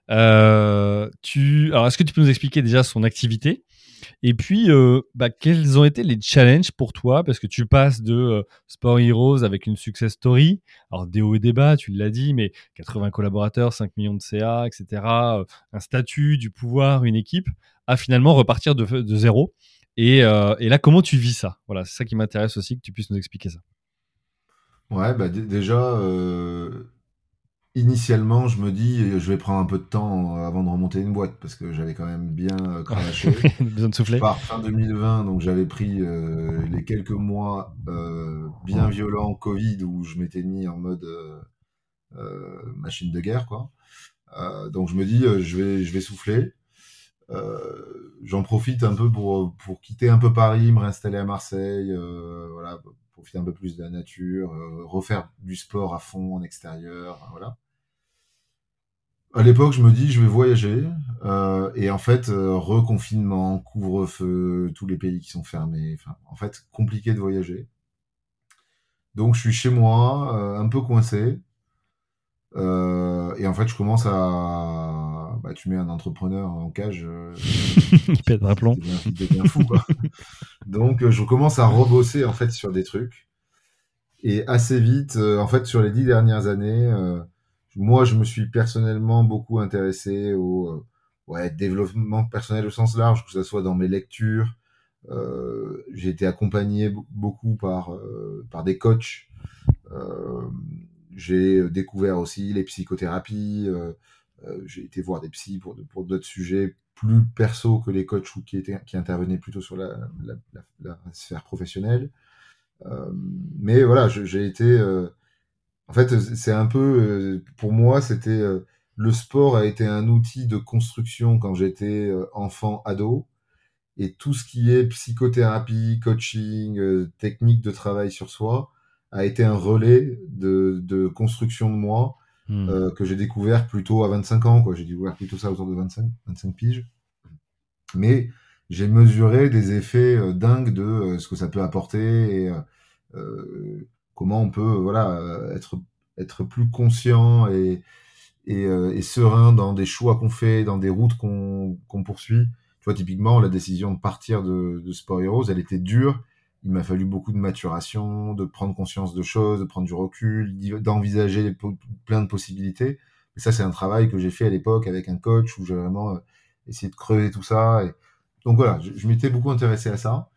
Alors, est-ce que tu peux nous expliquer déjà son activité? Et puis, quels ont été les challenges pour toi? Parce que tu passes de Sport Heroes avec une success story, alors des hauts et des bas, tu l'as dit, mais 80 collaborateurs, 5 millions de CA, etc., un statut, du pouvoir, une équipe, à finalement repartir de zéro. Et là, comment tu vis ça? Voilà, c'est ça qui m'intéresse aussi, que tu puisses nous expliquer ça. Ouais, bah déjà, initialement, je me dis, je vais prendre un peu de temps avant de remonter une boîte parce que j'avais quand même bien cravaché. Besoin de Je souffler? pars fin 2020, donc j'avais pris les quelques mois bien violents Covid où je m'étais mis en mode machine de guerre, quoi. Donc je me dis, je vais souffler. J'en profite un peu pour quitter un peu Paris, me réinstaller à Marseille, voilà, profiter un peu plus de la nature, refaire du sport à fond en extérieur, voilà. À l'époque, je me dis, je vais voyager. Et en fait, reconfinement, couvre-feu, tous les pays qui sont fermés. Enfin, en fait, compliqué de voyager. Donc, je suis chez moi, un peu coincé. Et en fait, je commence à... Bah, tu mets un entrepreneur en cage, Il pète un plomb. il devient fou, quoi. Donc, je commence à rebosser, en fait, sur des trucs. Et assez vite, en fait, sur les 10 dernières années, moi, je me suis personnellement beaucoup intéressé au ouais, développement personnel au sens large, que ce soit dans mes lectures. J'ai été accompagné beaucoup par des coachs. Euh, j'ai découvert aussi les psychothérapies. J'ai été voir des psys pour d'autres sujets plus perso que les coachs ou qui intervenaient plutôt sur la sphère professionnelle. Euh, mais voilà, j'ai été. En fait, c'est un peu. Pour moi, c'était. Le sport a été un outil de construction quand j'étais enfant, ado. Et tout ce qui est psychothérapie, coaching, technique de travail sur soi a été un relais de construction de moi Hmm. que j'ai découvert plutôt à 25 ans, quoi. J'ai découvert plutôt ça autour de 25 piges. Mais j'ai mesuré des effets dingues de ce que ça peut apporter et comment on peut voilà être plus conscient et serein dans des choix qu'on fait, dans des routes qu'on poursuit. Tu vois, typiquement, la décision de partir de Sport Heroes, elle était dure. Il m'a fallu beaucoup de maturation, de prendre conscience de choses, de prendre du recul, d'envisager plein de possibilités. Et ça, c'est un travail que j'ai fait à l'époque avec un coach où j'ai vraiment essayé de creuser tout ça. Et... Donc voilà, je m'étais beaucoup intéressé à ça.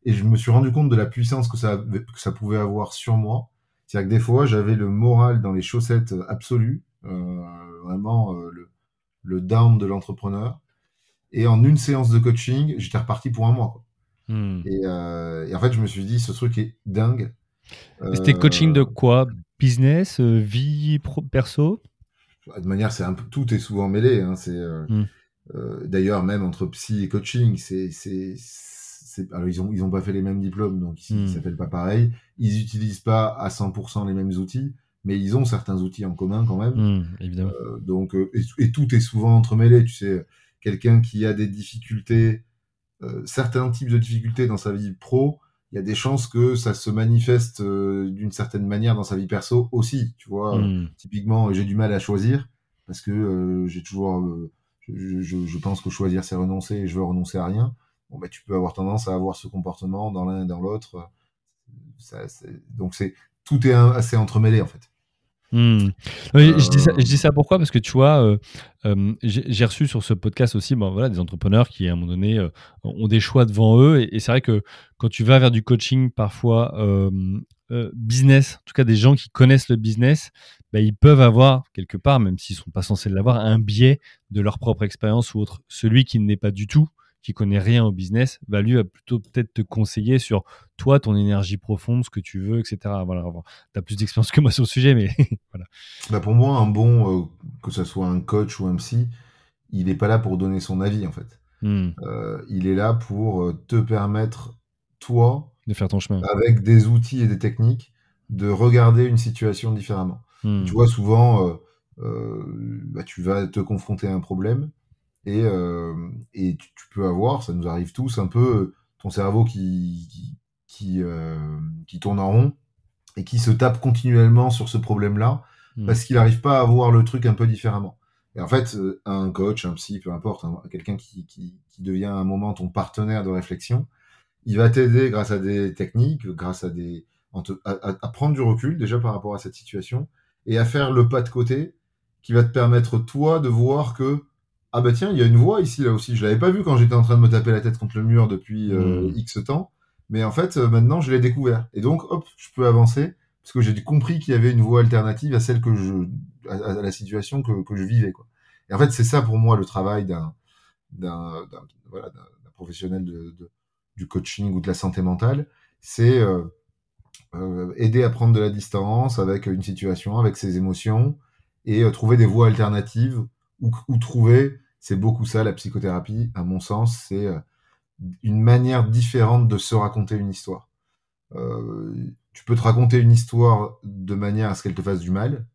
et je me suis rendu compte de la puissance que ça pouvait avoir sur moi. C'est-à-dire que des fois, j'avais le moral dans les chaussettes absolu, vraiment le down de l'entrepreneur. Et en une séance de coaching, j'étais reparti pour un mois, quoi. Hmm. Et en fait, je me suis dit, ce truc est dingue. Et c'était coaching de Euh, quoi? Business, vie perso? de manière, tout est souvent mêlé. Hein, Hmm. d'ailleurs, même entre psy et coaching, alors ils ont pas fait les mêmes diplômes, donc ils s'appellent pas pareil. Ils utilisent pas à 100% les mêmes outils, mais ils ont certains outils en commun quand même. Évidemment. Donc, et tout est souvent entremêlé. Tu sais, quelqu'un qui a des difficultés, certains types de difficultés dans sa vie pro, il y a des chances que ça se manifeste d'une certaine manière dans sa vie perso aussi. Tu vois, typiquement, j'ai du mal à choisir parce que j'ai toujours, je pense que choisir c'est renoncer et je veux renoncer à rien. Bon, bah, tu peux avoir tendance à avoir ce comportement dans l'un et dans l'autre. Donc tout est assez entremêlé en fait. Oui, je dis ça pourquoi? Parce que tu vois, j'ai reçu sur ce podcast aussi voilà, des entrepreneurs qui, à un moment donné, ont des choix devant eux. Et c'est vrai que quand tu vas vers du coaching, parfois business, en tout cas des gens qui connaissent le business, bah, ils peuvent avoir, quelque part, même s'ils ne sont pas censés l'avoir, un biais de leur propre expérience ou autre. Celui qui n'est pas du tout, qui connaît rien au business, lui va plutôt peut-être te conseiller sur toi, ton énergie profonde, ce que tu veux, etc. Voilà, tu as plus d'expérience que moi sur le sujet, mais voilà. Bah, pour moi, un bon, que ce soit un coach ou un psy, il n'est pas là pour donner son avis en fait. Il est là pour te permettre, toi, De faire ton chemin. avec des outils et des techniques, de regarder une situation différemment. Et tu vois, souvent, bah, tu vas te confronter à un problème et tu peux avoir, ça nous arrive tous, un peu ton cerveau qui tourne en rond et qui se tape continuellement sur ce problème-là parce qu'il n'arrive pas à voir le truc un peu différemment. Et en fait, un coach, un psy, peu importe, hein, quelqu'un qui devient à un moment ton partenaire de réflexion, il va t'aider grâce à des techniques, grâce à prendre du recul déjà par rapport à cette situation et à faire le pas de côté qui va te permettre toi de voir que ah bah tiens, il y a une voie ici là aussi, je l'avais pas vu quand j'étais en train de me taper la tête contre le mur depuis X temps, mais en fait maintenant je l'ai découvert et donc hop, je peux avancer parce que j'ai compris qu'il y avait une voie alternative à celle à la situation que je vivais, quoi. Et en fait, c'est ça pour moi le travail d'un professionnel du coaching ou de la santé mentale, c'est aider à prendre de la distance avec une situation, avec ses émotions, et trouver des voies alternatives, ou trouver, c'est beaucoup ça la psychothérapie, à mon sens, c'est une manière différente de se raconter une histoire. Tu peux te raconter une histoire de manière à ce qu'elle te fasse du mal.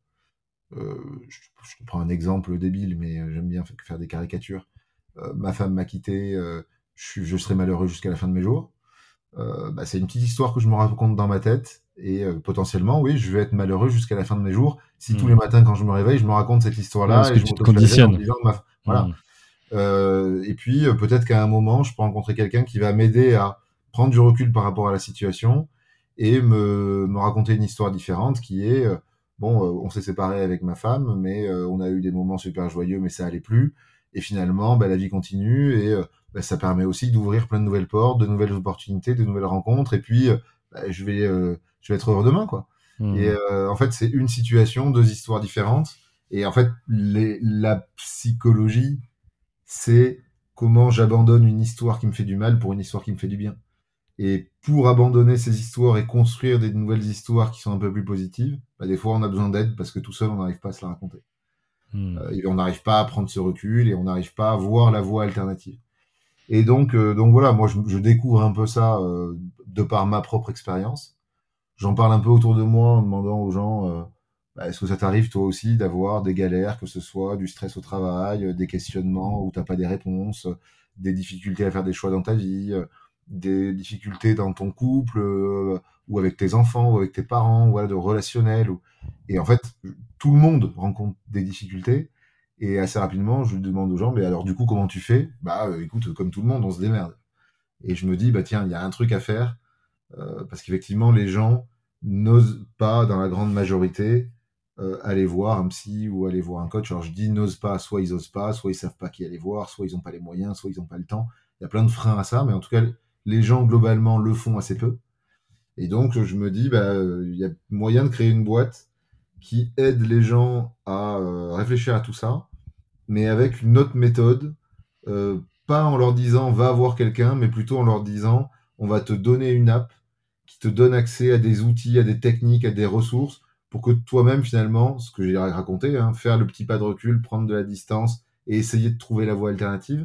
Je te prends un exemple débile, mais j'aime bien faire des caricatures. Ma femme m'a quitté, je serai malheureux jusqu'à la fin de mes jours. Bah, c'est une petite histoire que je me raconte dans ma tête et potentiellement, oui, je vais être malheureux jusqu'à la fin de mes jours si tous les matins quand je me réveille, je me raconte cette histoire-là Parce et que je tu te m'auto flagelle en me conditionnes. disant voilà. Et puis peut-être qu'à un moment, je peux rencontrer quelqu'un qui va m'aider à prendre du recul par rapport à la situation et me raconter une histoire différente qui est bon, on s'est séparés avec ma femme, mais on a eu des moments super joyeux, mais ça allait plus. Et finalement, bah, la vie continue et bah, ça permet aussi d'ouvrir plein de nouvelles portes, de nouvelles opportunités, de nouvelles rencontres. Et puis, bah, je vais être heureux demain, quoi. Et en fait, c'est une situation, deux histoires différentes. Et en fait, la psychologie, c'est comment j'abandonne une histoire qui me fait du mal pour une histoire qui me fait du bien. Et pour abandonner ces histoires et construire des nouvelles histoires qui sont un peu plus positives, bah, des fois on a besoin d'aide parce que tout seul on n'arrive pas à se la raconter. Et on n'arrive pas à prendre ce recul et on n'arrive pas à voir la voie alternative. Et donc voilà, moi je découvre un peu ça de par ma propre expérience. J'en parle un peu autour de moi en demandant aux gens bah, est-ce que ça t'arrive toi aussi d'avoir des galères, que ce soit du stress au travail, des questionnements où t'as pas des réponses, des difficultés à faire des choix dans ta vie, des difficultés dans ton couple, ou avec tes enfants, ou avec tes parents, voilà, de relationnel. Et en fait, tout le monde rencontre des difficultés. Et assez rapidement, je demande aux gens, mais alors du coup, comment tu fais? Bah écoute, comme tout le monde, on se démerde. Et je me dis, bah tiens, il y a un truc à faire, parce qu'effectivement, les gens n'osent pas, dans la grande majorité, aller voir un psy ou aller voir un coach. Alors je dis n'osent pas, soit ils osent pas, soit ils savent pas qui aller voir, soit ils n'ont pas les moyens, soit ils n'ont pas le temps. Il y a plein de freins à ça, mais en tout cas, les gens globalement le font assez peu. Et donc, je me dis, il y a moyen de créer une boîte qui aide les gens à réfléchir à tout ça, mais avec une autre méthode, pas en leur disant va voir quelqu'un, mais plutôt en leur disant on va te donner une app qui te donne accès à des outils, à des techniques, à des ressources, pour que toi-même, finalement, ce que j'ai raconté, hein, faire le petit pas de recul, prendre de la distance et essayer de trouver la voie alternative,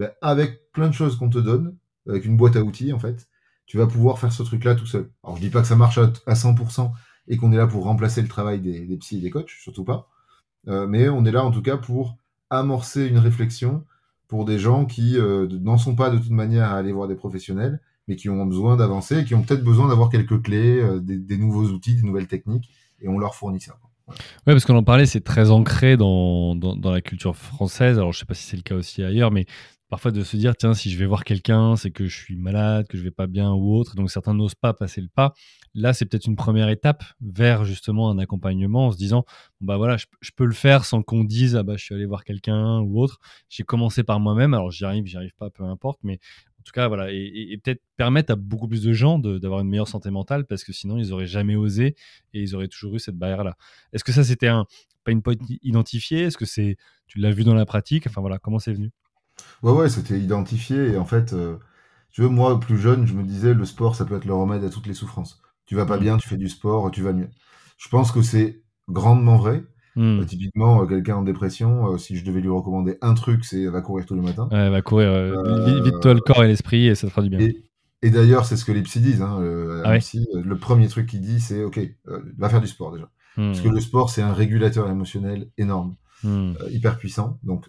avec plein de choses qu'on te donne, avec une boîte à outils, en fait, tu vas pouvoir faire ce truc-là tout seul. Alors, je dis pas que ça marche à 100% et qu'on est là pour remplacer le travail des psys et des coachs, surtout pas. Mais on est là, en tout cas, pour amorcer une réflexion pour des gens qui n'en sont pas de toute manière à aller voir des professionnels, mais qui ont besoin d'avancer et qui ont peut-être besoin d'avoir quelques clés, des nouveaux outils, des nouvelles techniques, et on leur fournit ça. Voilà. Ouais, parce qu'on en parlait, c'est très ancré dans la culture française. Alors, je sais pas si c'est le cas aussi ailleurs, mais parfois de se dire, tiens, si je vais voir quelqu'un, c'est que je suis malade, que je vais pas bien ou autre. Donc, certains n'osent pas passer le pas. Là, c'est peut-être une première étape vers justement un accompagnement en se disant, bah voilà, je peux le faire sans qu'on dise, ah bah, je suis allé voir quelqu'un ou autre. J'ai commencé par moi-même. Alors, j'y arrive pas, peu importe, mais en tout cas, voilà, et peut-être permettre à beaucoup plus de gens d'avoir une meilleure santé mentale parce que sinon, ils auraient jamais osé et ils auraient toujours eu cette barrière-là. Est-ce que ça, c'était un pain point identifié? Est-ce que tu l'as vu dans la pratique? Enfin voilà, comment c'est venu? Ouais, c'était identifié. Et en fait, tu veux, moi, plus jeune, je me disais, le sport, ça peut être le remède à toutes les souffrances. Tu vas pas Mm. bien, tu fais du sport, tu vas mieux. Je pense que c'est grandement vrai. Mm. Typiquement, quelqu'un en dépression, si je devais lui recommander un truc, c'est va courir tous les matins. Ouais, va courir vite-toi le Euh, corps et l'esprit et ça te fera du bien. et, et d'ailleurs, c'est ce que les psys disent. Hein, Ah un ouais? psy, le premier truc qu'il dit, c'est OK, va faire du sport déjà. Parce que Mm. le sport, c'est un régulateur émotionnel énorme, Mm. hyper puissant. Donc,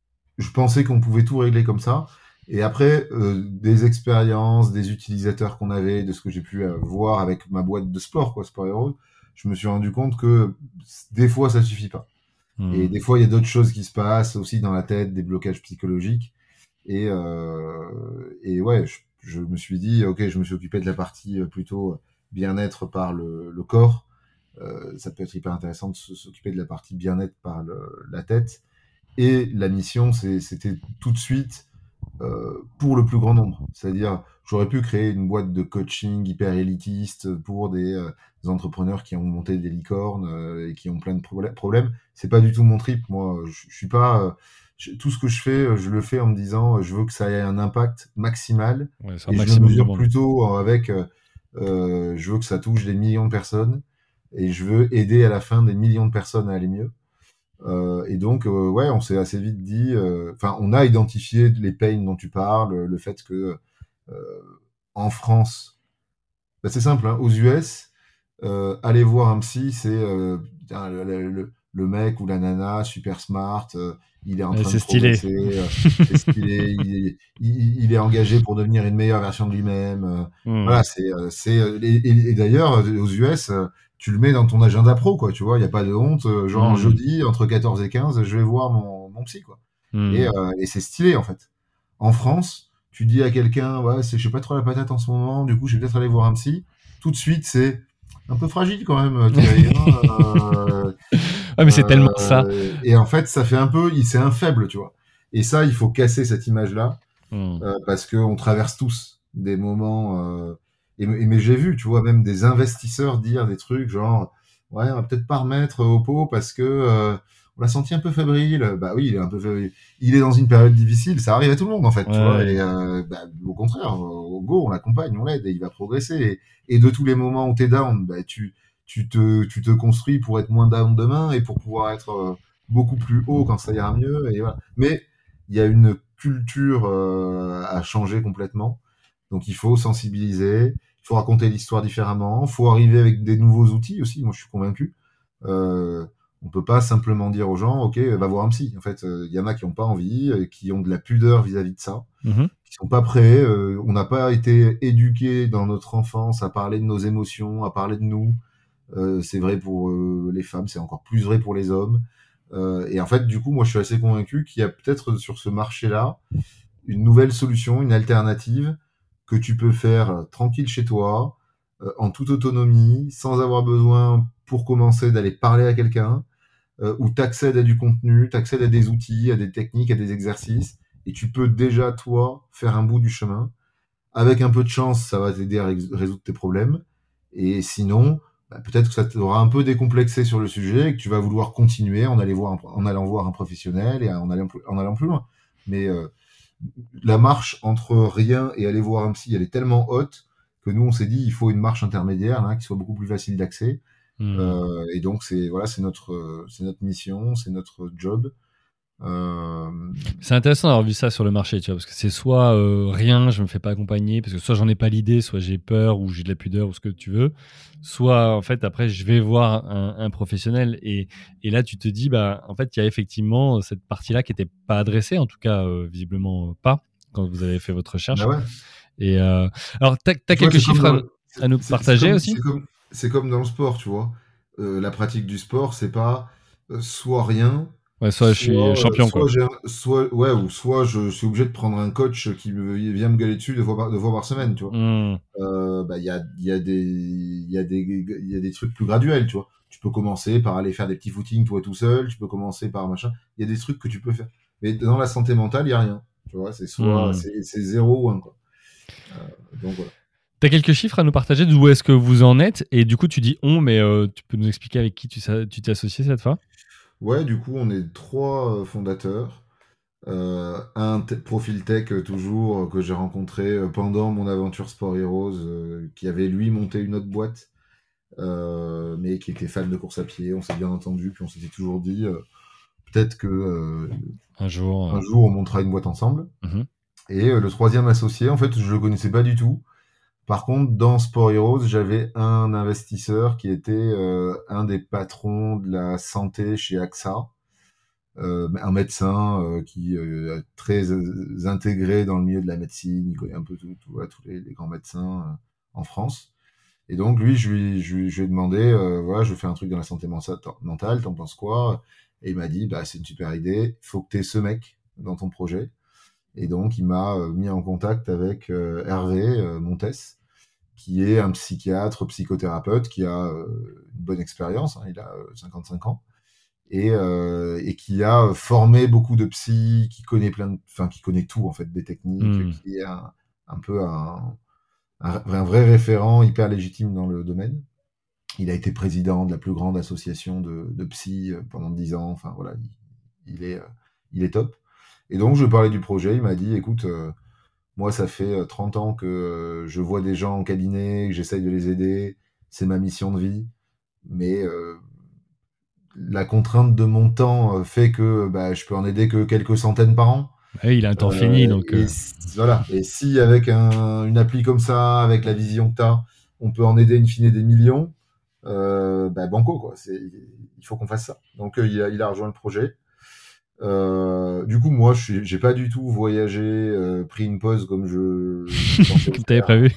je pensais qu'on pouvait tout régler comme ça. Et après, des expériences, des utilisateurs qu'on avait, de ce que j'ai pu voir avec ma boîte de sport, quoi, Sport Heroes, je me suis rendu compte que des fois, ça suffit pas. Et Mm. des fois, il y a d'autres choses qui se passent aussi dans la tête, des blocages psychologiques. Et ouais, je me suis dit, ok, je me suis occupé de la partie plutôt bien-être par le corps. Ça peut être hyper intéressant de s'occuper de la partie bien-être par la tête. Et la mission, c'était tout de suite pour le plus grand nombre. C'est-à-dire, j'aurais pu créer une boîte de coaching hyper élitiste pour des entrepreneurs qui ont monté des licornes et qui ont plein de problèmes. C'est pas du tout mon trip. Moi, je suis pas. Tout ce que je fais, je le fais en me disant, je veux que ça ait un impact maximal. Ouais, c'est un Et je le maximum de mesure monde. plutôt avec, je veux que ça touche des millions de personnes. Et je veux aider à la fin des millions de personnes à aller mieux. Et donc, ouais, on s'est assez vite dit, enfin, on a identifié les pains dont tu parles, le fait que en France, c'est simple, hein, aux US, aller voir un psy, c'est le mec ou la nana super smart, il est en Ouais, train de c'est stylé. progresser, c'est stylé, il est engagé pour devenir une meilleure version de lui-même. Mm. Voilà, et d'ailleurs, aux US, tu le mets dans ton agenda pro, quoi, tu vois, il n'y a pas de honte. Genre, Mm. jeudi, entre 14 et 15, je vais voir mon psy, quoi. Mm. Et c'est stylé, en fait. En France, tu dis à quelqu'un, ouais, je sais pas trop la patate en ce moment, du coup, je vais peut-être aller voir un psy. Tout de suite, c'est un peu fragile quand même, Thierry. Hein, Ouais, mais c'est tellement ça. et en fait, ça fait un peu, c'est un faible, tu vois. Et ça, il faut casser cette image-là Mm. parce qu'on traverse tous des moments. Mais j'ai vu, tu vois, même des investisseurs dire des trucs genre, ouais, on va peut-être pas remettre au pot parce que on l'a senti un peu fébrile. Bah oui, il est un peu fébrile. Il est dans une période difficile, ça arrive à tout le monde en fait, tu vois. Ouais. Et au contraire, au go, on l'accompagne, on l'aide et il va progresser. Et de tous les moments où t'es down, tu te construis pour être moins down demain et pour pouvoir être beaucoup plus haut quand ça ira mieux. Et voilà. Mais il y a une culture à changer complètement. Donc il faut sensibiliser, il faut raconter l'histoire différemment, il faut arriver avec des nouveaux outils aussi. Moi, je suis convaincu. On peut pas simplement dire aux gens, ok, va voir un psy. En fait, il y en a qui n'ont pas envie, qui ont de la pudeur vis-à-vis de ça, Mhm. qui sont pas prêts. On n'a pas été éduqués dans notre enfance à parler de nos émotions, à parler de nous. C'est vrai pour les femmes, c'est encore plus vrai pour les hommes. Et en fait, du coup, moi, je suis assez convaincu qu'il y a peut-être sur ce marché-là une nouvelle solution, une alternative que tu peux faire tranquille chez toi, en toute autonomie, sans avoir besoin, pour commencer, d'aller parler à quelqu'un, où tu accèdes à du contenu, tu accèdes à des outils, à des techniques, à des exercices, et tu peux déjà, toi, faire un bout du chemin. avec un peu de chance, ça va t'aider à résoudre tes problèmes. Et sinon, peut-être que ça t'aura un peu décomplexé sur le sujet et que tu vas vouloir continuer en allant voir un professionnel et en allant plus loin. Mais la marche entre rien et aller voir un psy, elle est tellement haute que nous, on s'est dit, il faut une marche intermédiaire qui soit beaucoup plus facile d'accès. Et donc, c'est notre mission, c'est notre job. C'est intéressant d'avoir vu ça sur le marché, tu vois, parce que c'est soit rien, je me fais pas accompagner, parce que soit j'en ai pas l'idée, soit j'ai peur ou j'ai de la pudeur ou ce que tu veux, soit en fait après je vais voir un professionnel et là tu te dis en fait il y a effectivement cette partie-là qui était pas adressée, en tout cas visiblement pas quand vous avez fait votre recherche. Ouais. Et alors t'as quelques chiffres à nous partager aussi. C'est comme dans le sport, tu vois. La pratique du sport, c'est pas soit rien. Ouais, soit je suis champion, quoi. Soit je suis obligé de prendre un coach qui vient me gueuler dessus 2 fois par semaine, tu vois. Il y a des trucs plus graduels, tu vois. Tu peux commencer par aller faire des petits footings toi tout seul, tu peux commencer par machin. Il y a des trucs que tu peux faire. Mais dans la santé mentale, il y a rien. Tu vois, c'est c'est 0 ou 1, quoi. Donc voilà. T'as quelques chiffres à nous partager d'où est-ce que vous en êtes? Et du coup, tu dis on, mais tu peux nous expliquer avec qui tu t'es associé cette fois? Ouais, du coup, on est 3 fondateurs. Un profil tech toujours que j'ai rencontré pendant mon aventure Sport Heroes, qui avait lui monté une autre boîte, mais qui était fan de course à pied. On s'est bien entendu, puis on s'était toujours dit peut-être que un jour on montera une boîte ensemble. Et le troisième associé, en fait, je le connaissais pas du tout. Par contre, dans Sport Heroes, j'avais un investisseur qui était un des patrons de la santé chez AXA, un médecin qui est très intégré dans le milieu de la médecine, il connaît un peu tous les grands médecins en France. Et donc, lui, je lui ai demandé, voilà, je fais un truc dans la santé mentale, t'en penses quoi? Et il m'a dit, c'est une super idée, il faut que tu aies ce mec dans ton projet. Et donc, il m'a mis en contact avec Hervé Montes, qui est un psychiatre, psychothérapeute, qui a une bonne expérience, il a 55 ans, et qui a formé beaucoup de psy, qui connaît qui connaît tout, en fait, des techniques, qui est un peu un vrai référent hyper légitime dans le domaine. Il a été président de la plus grande association de psy pendant 10 ans, enfin voilà, il est top. Et donc, je parlais du projet, il m'a dit, écoute, moi, ça fait 30 ans que je vois des gens en cabinet, que j'essaye de les aider, c'est ma mission de vie, mais la contrainte de mon temps fait que je peux en aider que quelques centaines par an. Il a un temps fini, donc... Voilà. Et si avec une appli comme ça, avec la vision que tu as, on peut en aider in fine des millions, banco, quoi. Il faut qu'on fasse ça. Donc, il a rejoint le projet. Du coup, moi, j'ai pas du tout voyagé, pris une pause comme comme t'avais prévu.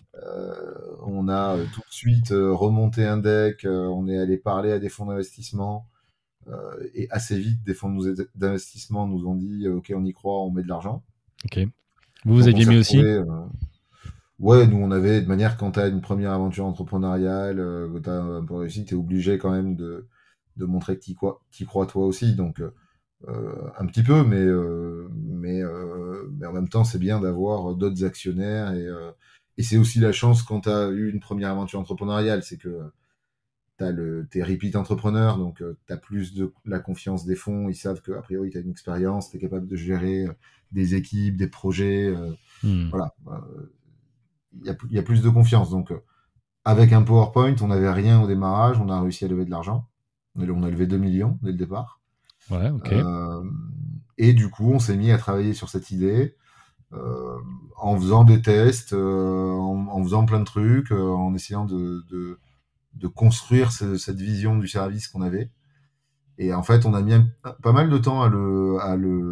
On a tout de suite remonté un deck, on est allé parler à des fonds d'investissement, et assez vite, des fonds d'investissement nous ont dit ok, on y croit, on met de l'argent. Ok. Vous aviez mis aussi Ouais, nous on avait, de manière, quand tu as une première aventure entrepreneuriale, que tu as un peu réussi, tu es obligé quand même de montrer que tu crois toi aussi. Donc, un petit peu, mais en même temps, c'est bien d'avoir d'autres actionnaires. Et c'est aussi la chance quand tu as eu une première aventure entrepreneuriale, c'est que t'es repeat entrepreneur, donc tu as plus de la confiance des fonds. Ils savent qu'a priori, tu as une expérience, tu es capable de gérer des équipes, des projets. Voilà. Il y a plus de confiance. Donc, avec un PowerPoint, on n'avait rien au démarrage, on a réussi à lever de l'argent. On a levé 2 millions dès le départ. Ouais, ok. Et du coup, on s'est mis à travailler sur cette idée en faisant des tests, en faisant plein de trucs, en essayant de construire cette vision du service qu'on avait. Et en fait, on a mis pas mal de temps à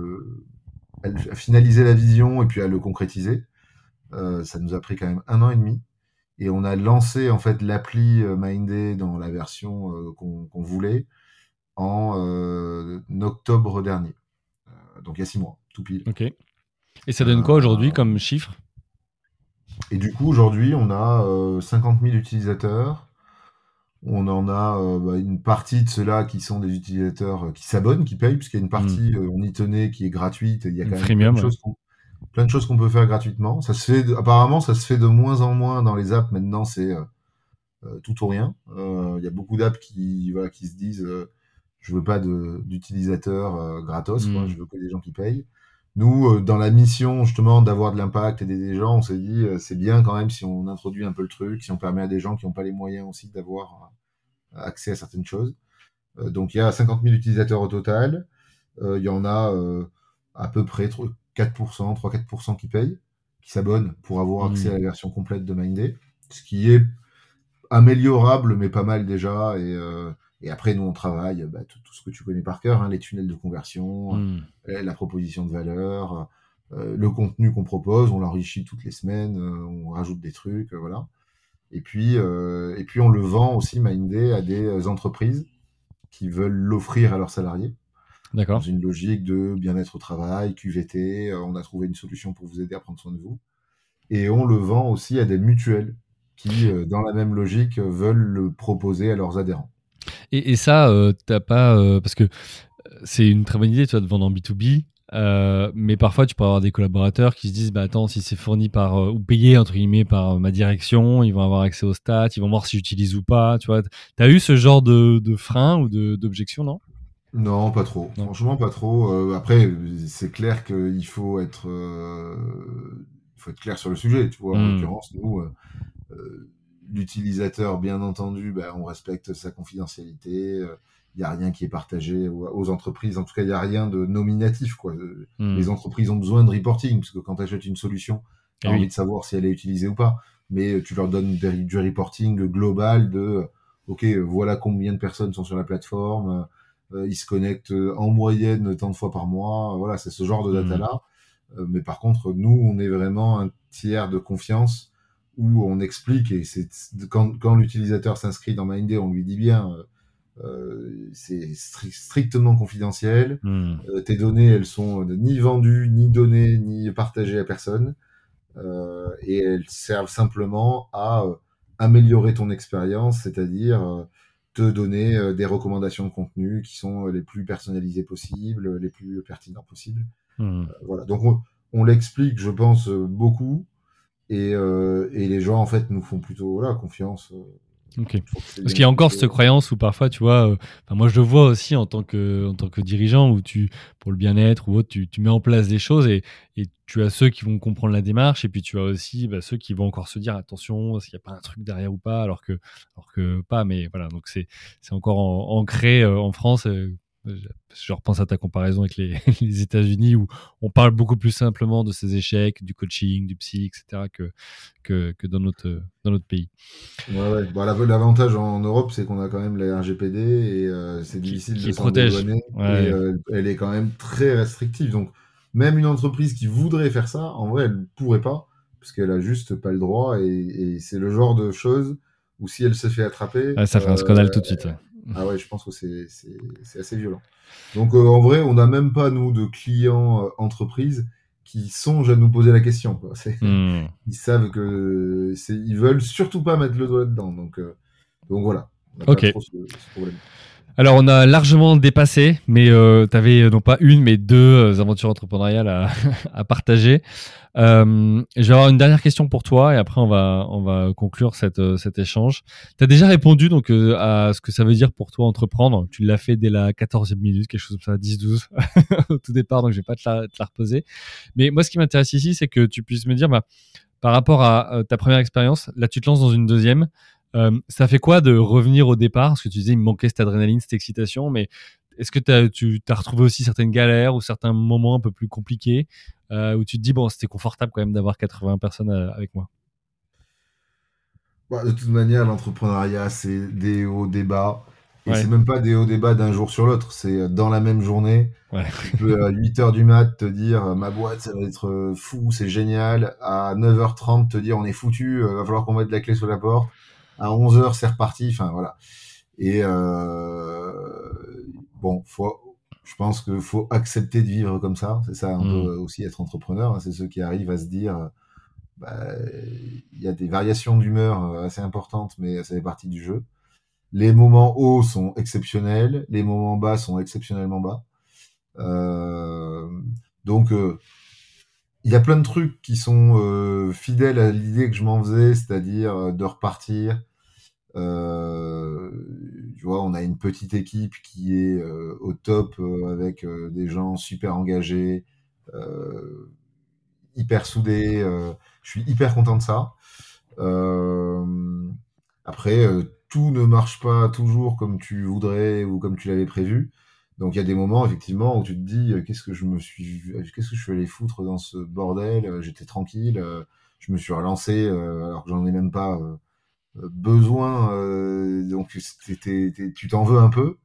finaliser la vision et puis à le concrétiser. Ça nous a pris quand même 1 an et demi. Et on a lancé en fait l'appli Mindday dans la version qu'on voulait en octobre dernier. Donc il y a 6 mois, tout pile. Ok. Et ça donne quoi aujourd'hui comme chiffre? Et du coup, aujourd'hui, on a 50 000 utilisateurs. On en a une partie de ceux-là qui sont des utilisateurs qui s'abonnent, qui payent, puisqu'il y a une partie, on y tenait, qui est gratuite. Il y a quand même plein de choses qu'on peut faire gratuitement. Apparemment, ça se fait de moins en moins dans les apps. Maintenant, c'est tout ou rien. Il y a beaucoup d'apps qui se disent je veux pas d'utilisateurs gratos, quoi. Je veux que des gens qui payent. Nous, dans la mission justement d'avoir de l'impact et d'aider des gens, on s'est dit c'est bien quand même si on introduit un peu le truc, si on permet à des gens qui n'ont pas les moyens aussi d'avoir accès à certaines choses. Donc il y a 50 000 utilisateurs au total. Il y en a à peu près 4%, 3-4% qui payent, qui s'abonnent pour avoir accès à la version complète de Mindday, ce qui est améliorable, mais pas mal déjà. Et après, nous, on travaille tout ce que tu connais par cœur, hein, les tunnels de conversion, la proposition de valeur, le contenu qu'on propose, on l'enrichit toutes les semaines, on rajoute des trucs, voilà. Et puis, on le vend aussi, Mindday, à des entreprises qui veulent l'offrir à leurs salariés. D'accord. Dans une logique de bien-être au travail, QVT, on a trouvé une solution pour vous aider à prendre soin de vous. Et on le vend aussi à des mutuelles qui, dans la même logique, veulent le proposer à leurs adhérents. Et ça, t'as pas... parce que c'est une très bonne idée, tu vois, de vendre en B2B. Mais parfois, tu peux avoir des collaborateurs qui se disent bah attends, si c'est fourni par ou payé entre guillemets par ma direction, ils vont avoir accès aux stats, ils vont voir si j'utilise ou pas. Tu vois, t'as eu ce genre de frein ou d'objection, non? Non, pas trop. Non. Franchement, pas trop. Après, c'est clair qu'il faut être clair sur le sujet. Tu vois, en l'occurrence, nous, l'utilisateur, bien entendu, on respecte sa confidentialité. Il n'y a rien qui est partagé aux entreprises. En tout cas, il n'y a rien de nominatif, quoi. Les entreprises ont besoin de reporting, parce que quand tu achètes une solution, tu as envie de savoir si elle est utilisée ou pas. Mais tu leur donnes du reporting global de OK, voilà combien de personnes sont sur la plateforme, ils se connectent en moyenne tant de fois par mois. Voilà, c'est ce genre de data-là. Mais par contre, nous, on est vraiment un tiers de confiance où on explique, et quand l'utilisateur s'inscrit dans Mindday, on lui dit bien c'est strictement confidentiel. Tes données, elles sont ni vendues, ni données, ni partagées à personne. Et elles servent simplement à améliorer ton expérience, c'est-à-dire te donner des recommandations de contenu qui sont les plus personnalisées possibles, les plus pertinents possibles. Voilà. Donc on l'explique, je pense, beaucoup, et les gens en fait nous font plutôt confiance. Ok. Parce qu'il y a encore cette croyance où parfois, tu vois, moi je le vois aussi en tant que dirigeant, où pour le bien-être ou autre, tu mets en place des choses et tu as ceux qui vont comprendre la démarche et puis tu as aussi ceux qui vont encore se dire attention, s'il n'y a pas un truc derrière ou pas, alors que pas. Mais voilà, donc c'est encore ancré en France. Je repense à ta comparaison avec les, les États-Unis où on parle beaucoup plus simplement de ces échecs, du coaching, du psy, etc. que dans notre pays. Ouais. L'avantage en Europe, c'est qu'on a quand même la RGPD et c'est difficile de s'en dédouaner. Ouais. Et elle est quand même très restrictive. Donc, même une entreprise qui voudrait faire ça, en vrai, elle ne pourrait pas, parce qu'elle a juste pas le droit. Et c'est le genre de choses où si elle se fait attraper. Ça fait un scandale tout de suite. Ouais. Ah ouais, je pense que c'est assez violent. Donc, en vrai, on n'a même pas, nous, de clients entreprises qui songent à nous poser la question, quoi. Ils savent que ils veulent surtout pas mettre le doigt dedans. Donc voilà, on n'a pas trop ce problème. Alors, on a largement dépassé, mais tu avais non pas une, mais deux aventures entrepreneuriales à partager. Je vais avoir une dernière question pour toi et après on va conclure cet échange. Tu as déjà répondu donc à ce que ça veut dire pour toi entreprendre. Tu l'as fait dès la 14e minute, quelque chose comme ça, 10-12 au tout départ, donc je vais pas te la reposer. Mais moi, ce qui m'intéresse ici, c'est que tu puisses me dire, par rapport à ta première expérience, là tu te lances dans une deuxième. Ça fait quoi de revenir au départ? Parce que tu disais, il me manquait cette adrénaline, cette excitation, mais est-ce que tu as retrouvé aussi certaines galères ou certains moments un peu plus compliqués où tu te dis, bon, c'était confortable quand même d'avoir 80 personnes avec moi? De toute manière, l'entrepreneuriat, c'est des hauts, des bas. Et Ouais. c'est même pas des hauts, des bas d'un jour sur l'autre. C'est dans la même journée. Ouais. Tu peux à 8h du mat te dire ma boîte, ça va être fou, c'est génial. À 9h30 te dire on est foutu, va falloir qu'on mette la clé sur la porte. À 11h, c'est reparti. Enfin, voilà. Et bon, je pense qu'il faut accepter de vivre comme ça. C'est ça un peu aussi être entrepreneur. Hein. C'est ceux qui arrivent à se dire, il y a des variations d'humeur assez importantes, mais ça fait partie du jeu. Les moments hauts sont exceptionnels, les moments bas sont exceptionnellement bas. Donc, il y a plein de trucs qui sont fidèles à l'idée que je m'en faisais, c'est-à-dire de repartir. Tu vois, on a une petite équipe qui est au top avec des gens super engagés, hyper soudés. Je suis hyper content de ça. Après, tout ne marche pas toujours comme tu voudrais ou comme tu l'avais prévu. Donc il y a des moments effectivement où tu te dis qu'est-ce que je suis allé foutre dans ce bordel. J'étais tranquille, je me suis relancé alors que j'en ai même pas besoin. Donc tu t'en veux un peu,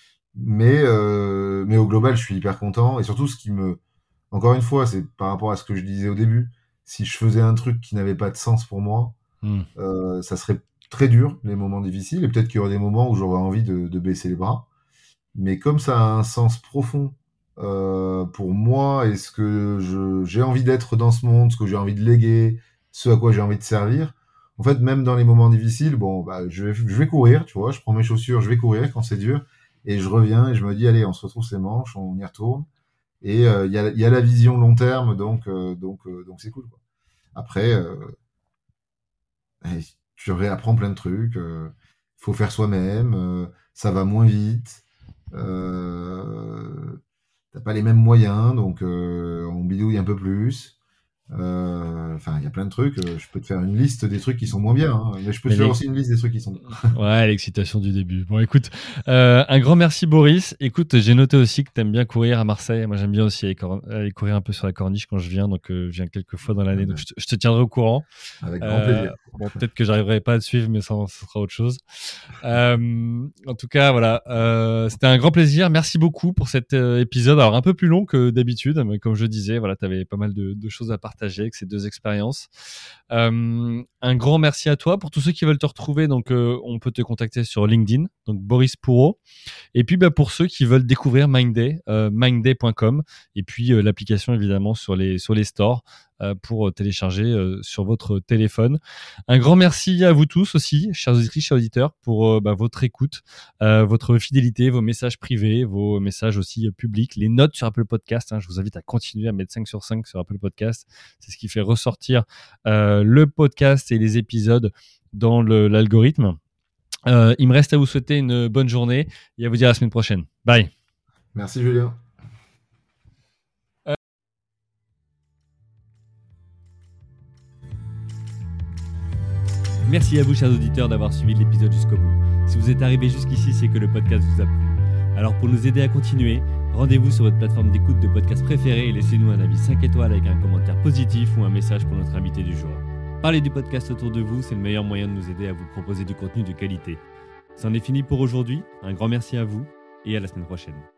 mais au global je suis hyper content et surtout encore une fois, c'est par rapport à ce que je disais au début. Si je faisais un truc qui n'avait pas de sens pour moi, ça serait très dur, les moments difficiles, et peut-être qu'il y aurait des moments où j'aurais envie de baisser les bras. Mais comme ça a un sens profond pour moi et ce que j'ai envie d'être dans ce monde, ce que j'ai envie de léguer, ce à quoi j'ai envie de servir, en fait, même dans les moments difficiles, bon, bah, je vais courir, tu vois, je prends mes chaussures, je vais courir quand c'est dur, et je reviens et je me dis, allez, on se retrouve les manches, on y retourne. Et il y a la vision long terme, donc c'est cool, quoi. Après, tu réapprends plein de trucs. Faut faire soi-même. Ça va moins vite. T'as pas les mêmes moyens, donc on bidouille un peu plus. Enfin, il y a plein de trucs. Je peux te faire une liste des trucs qui sont moins bien, hein, mais je peux te faire aussi une liste des trucs qui sont bien. Ouais, l'excitation du début. Bon, écoute, un grand merci Boris. Écoute, j'ai noté aussi que tu aimes bien courir à Marseille. Moi, j'aime bien aussi aller courir un peu sur la corniche quand je viens. Donc, je viens quelques fois dans l'année. Donc, je te tiendrai au courant. Avec grand plaisir. Bon, peut-être que j'arriverai pas à te suivre, mais ça sera autre chose. En tout cas, voilà. C'était un grand plaisir. Merci beaucoup pour cet épisode. Alors, un peu plus long que d'habitude, mais comme je disais, voilà, tu avais pas mal de choses à partager avec ces deux expériences. Un grand merci à toi. Pour tous ceux qui veulent te retrouver, donc on peut te contacter sur LinkedIn, donc Boris Pourreau. Et puis pour ceux qui veulent découvrir Mindday, mindday.com, et puis l'application évidemment sur les stores pour télécharger sur votre téléphone. Un grand merci à vous tous aussi, chers auditrices, chers auditeurs, pour votre écoute, votre fidélité, vos messages privés, vos messages aussi publics, les notes sur Apple Podcast. Je vous invite à continuer à mettre 5 sur 5 sur Apple Podcast. C'est ce qui fait ressortir le podcast et les épisodes dans l'algorithme. Il me reste à vous souhaiter une bonne journée et à vous dire à la semaine prochaine. Bye. Merci Julien. Merci à vous, chers auditeurs, d'avoir suivi l'épisode jusqu'au bout. Si vous êtes arrivé jusqu'ici, c'est que le podcast vous a plu. Alors pour nous aider à continuer, rendez-vous sur votre plateforme d'écoute de podcast préférée et laissez-nous un avis 5 étoiles avec un commentaire positif ou un message pour notre invité du jour. Parlez du podcast autour de vous, c'est le meilleur moyen de nous aider à vous proposer du contenu de qualité. C'en est fini pour aujourd'hui, un grand merci à vous et à la semaine prochaine.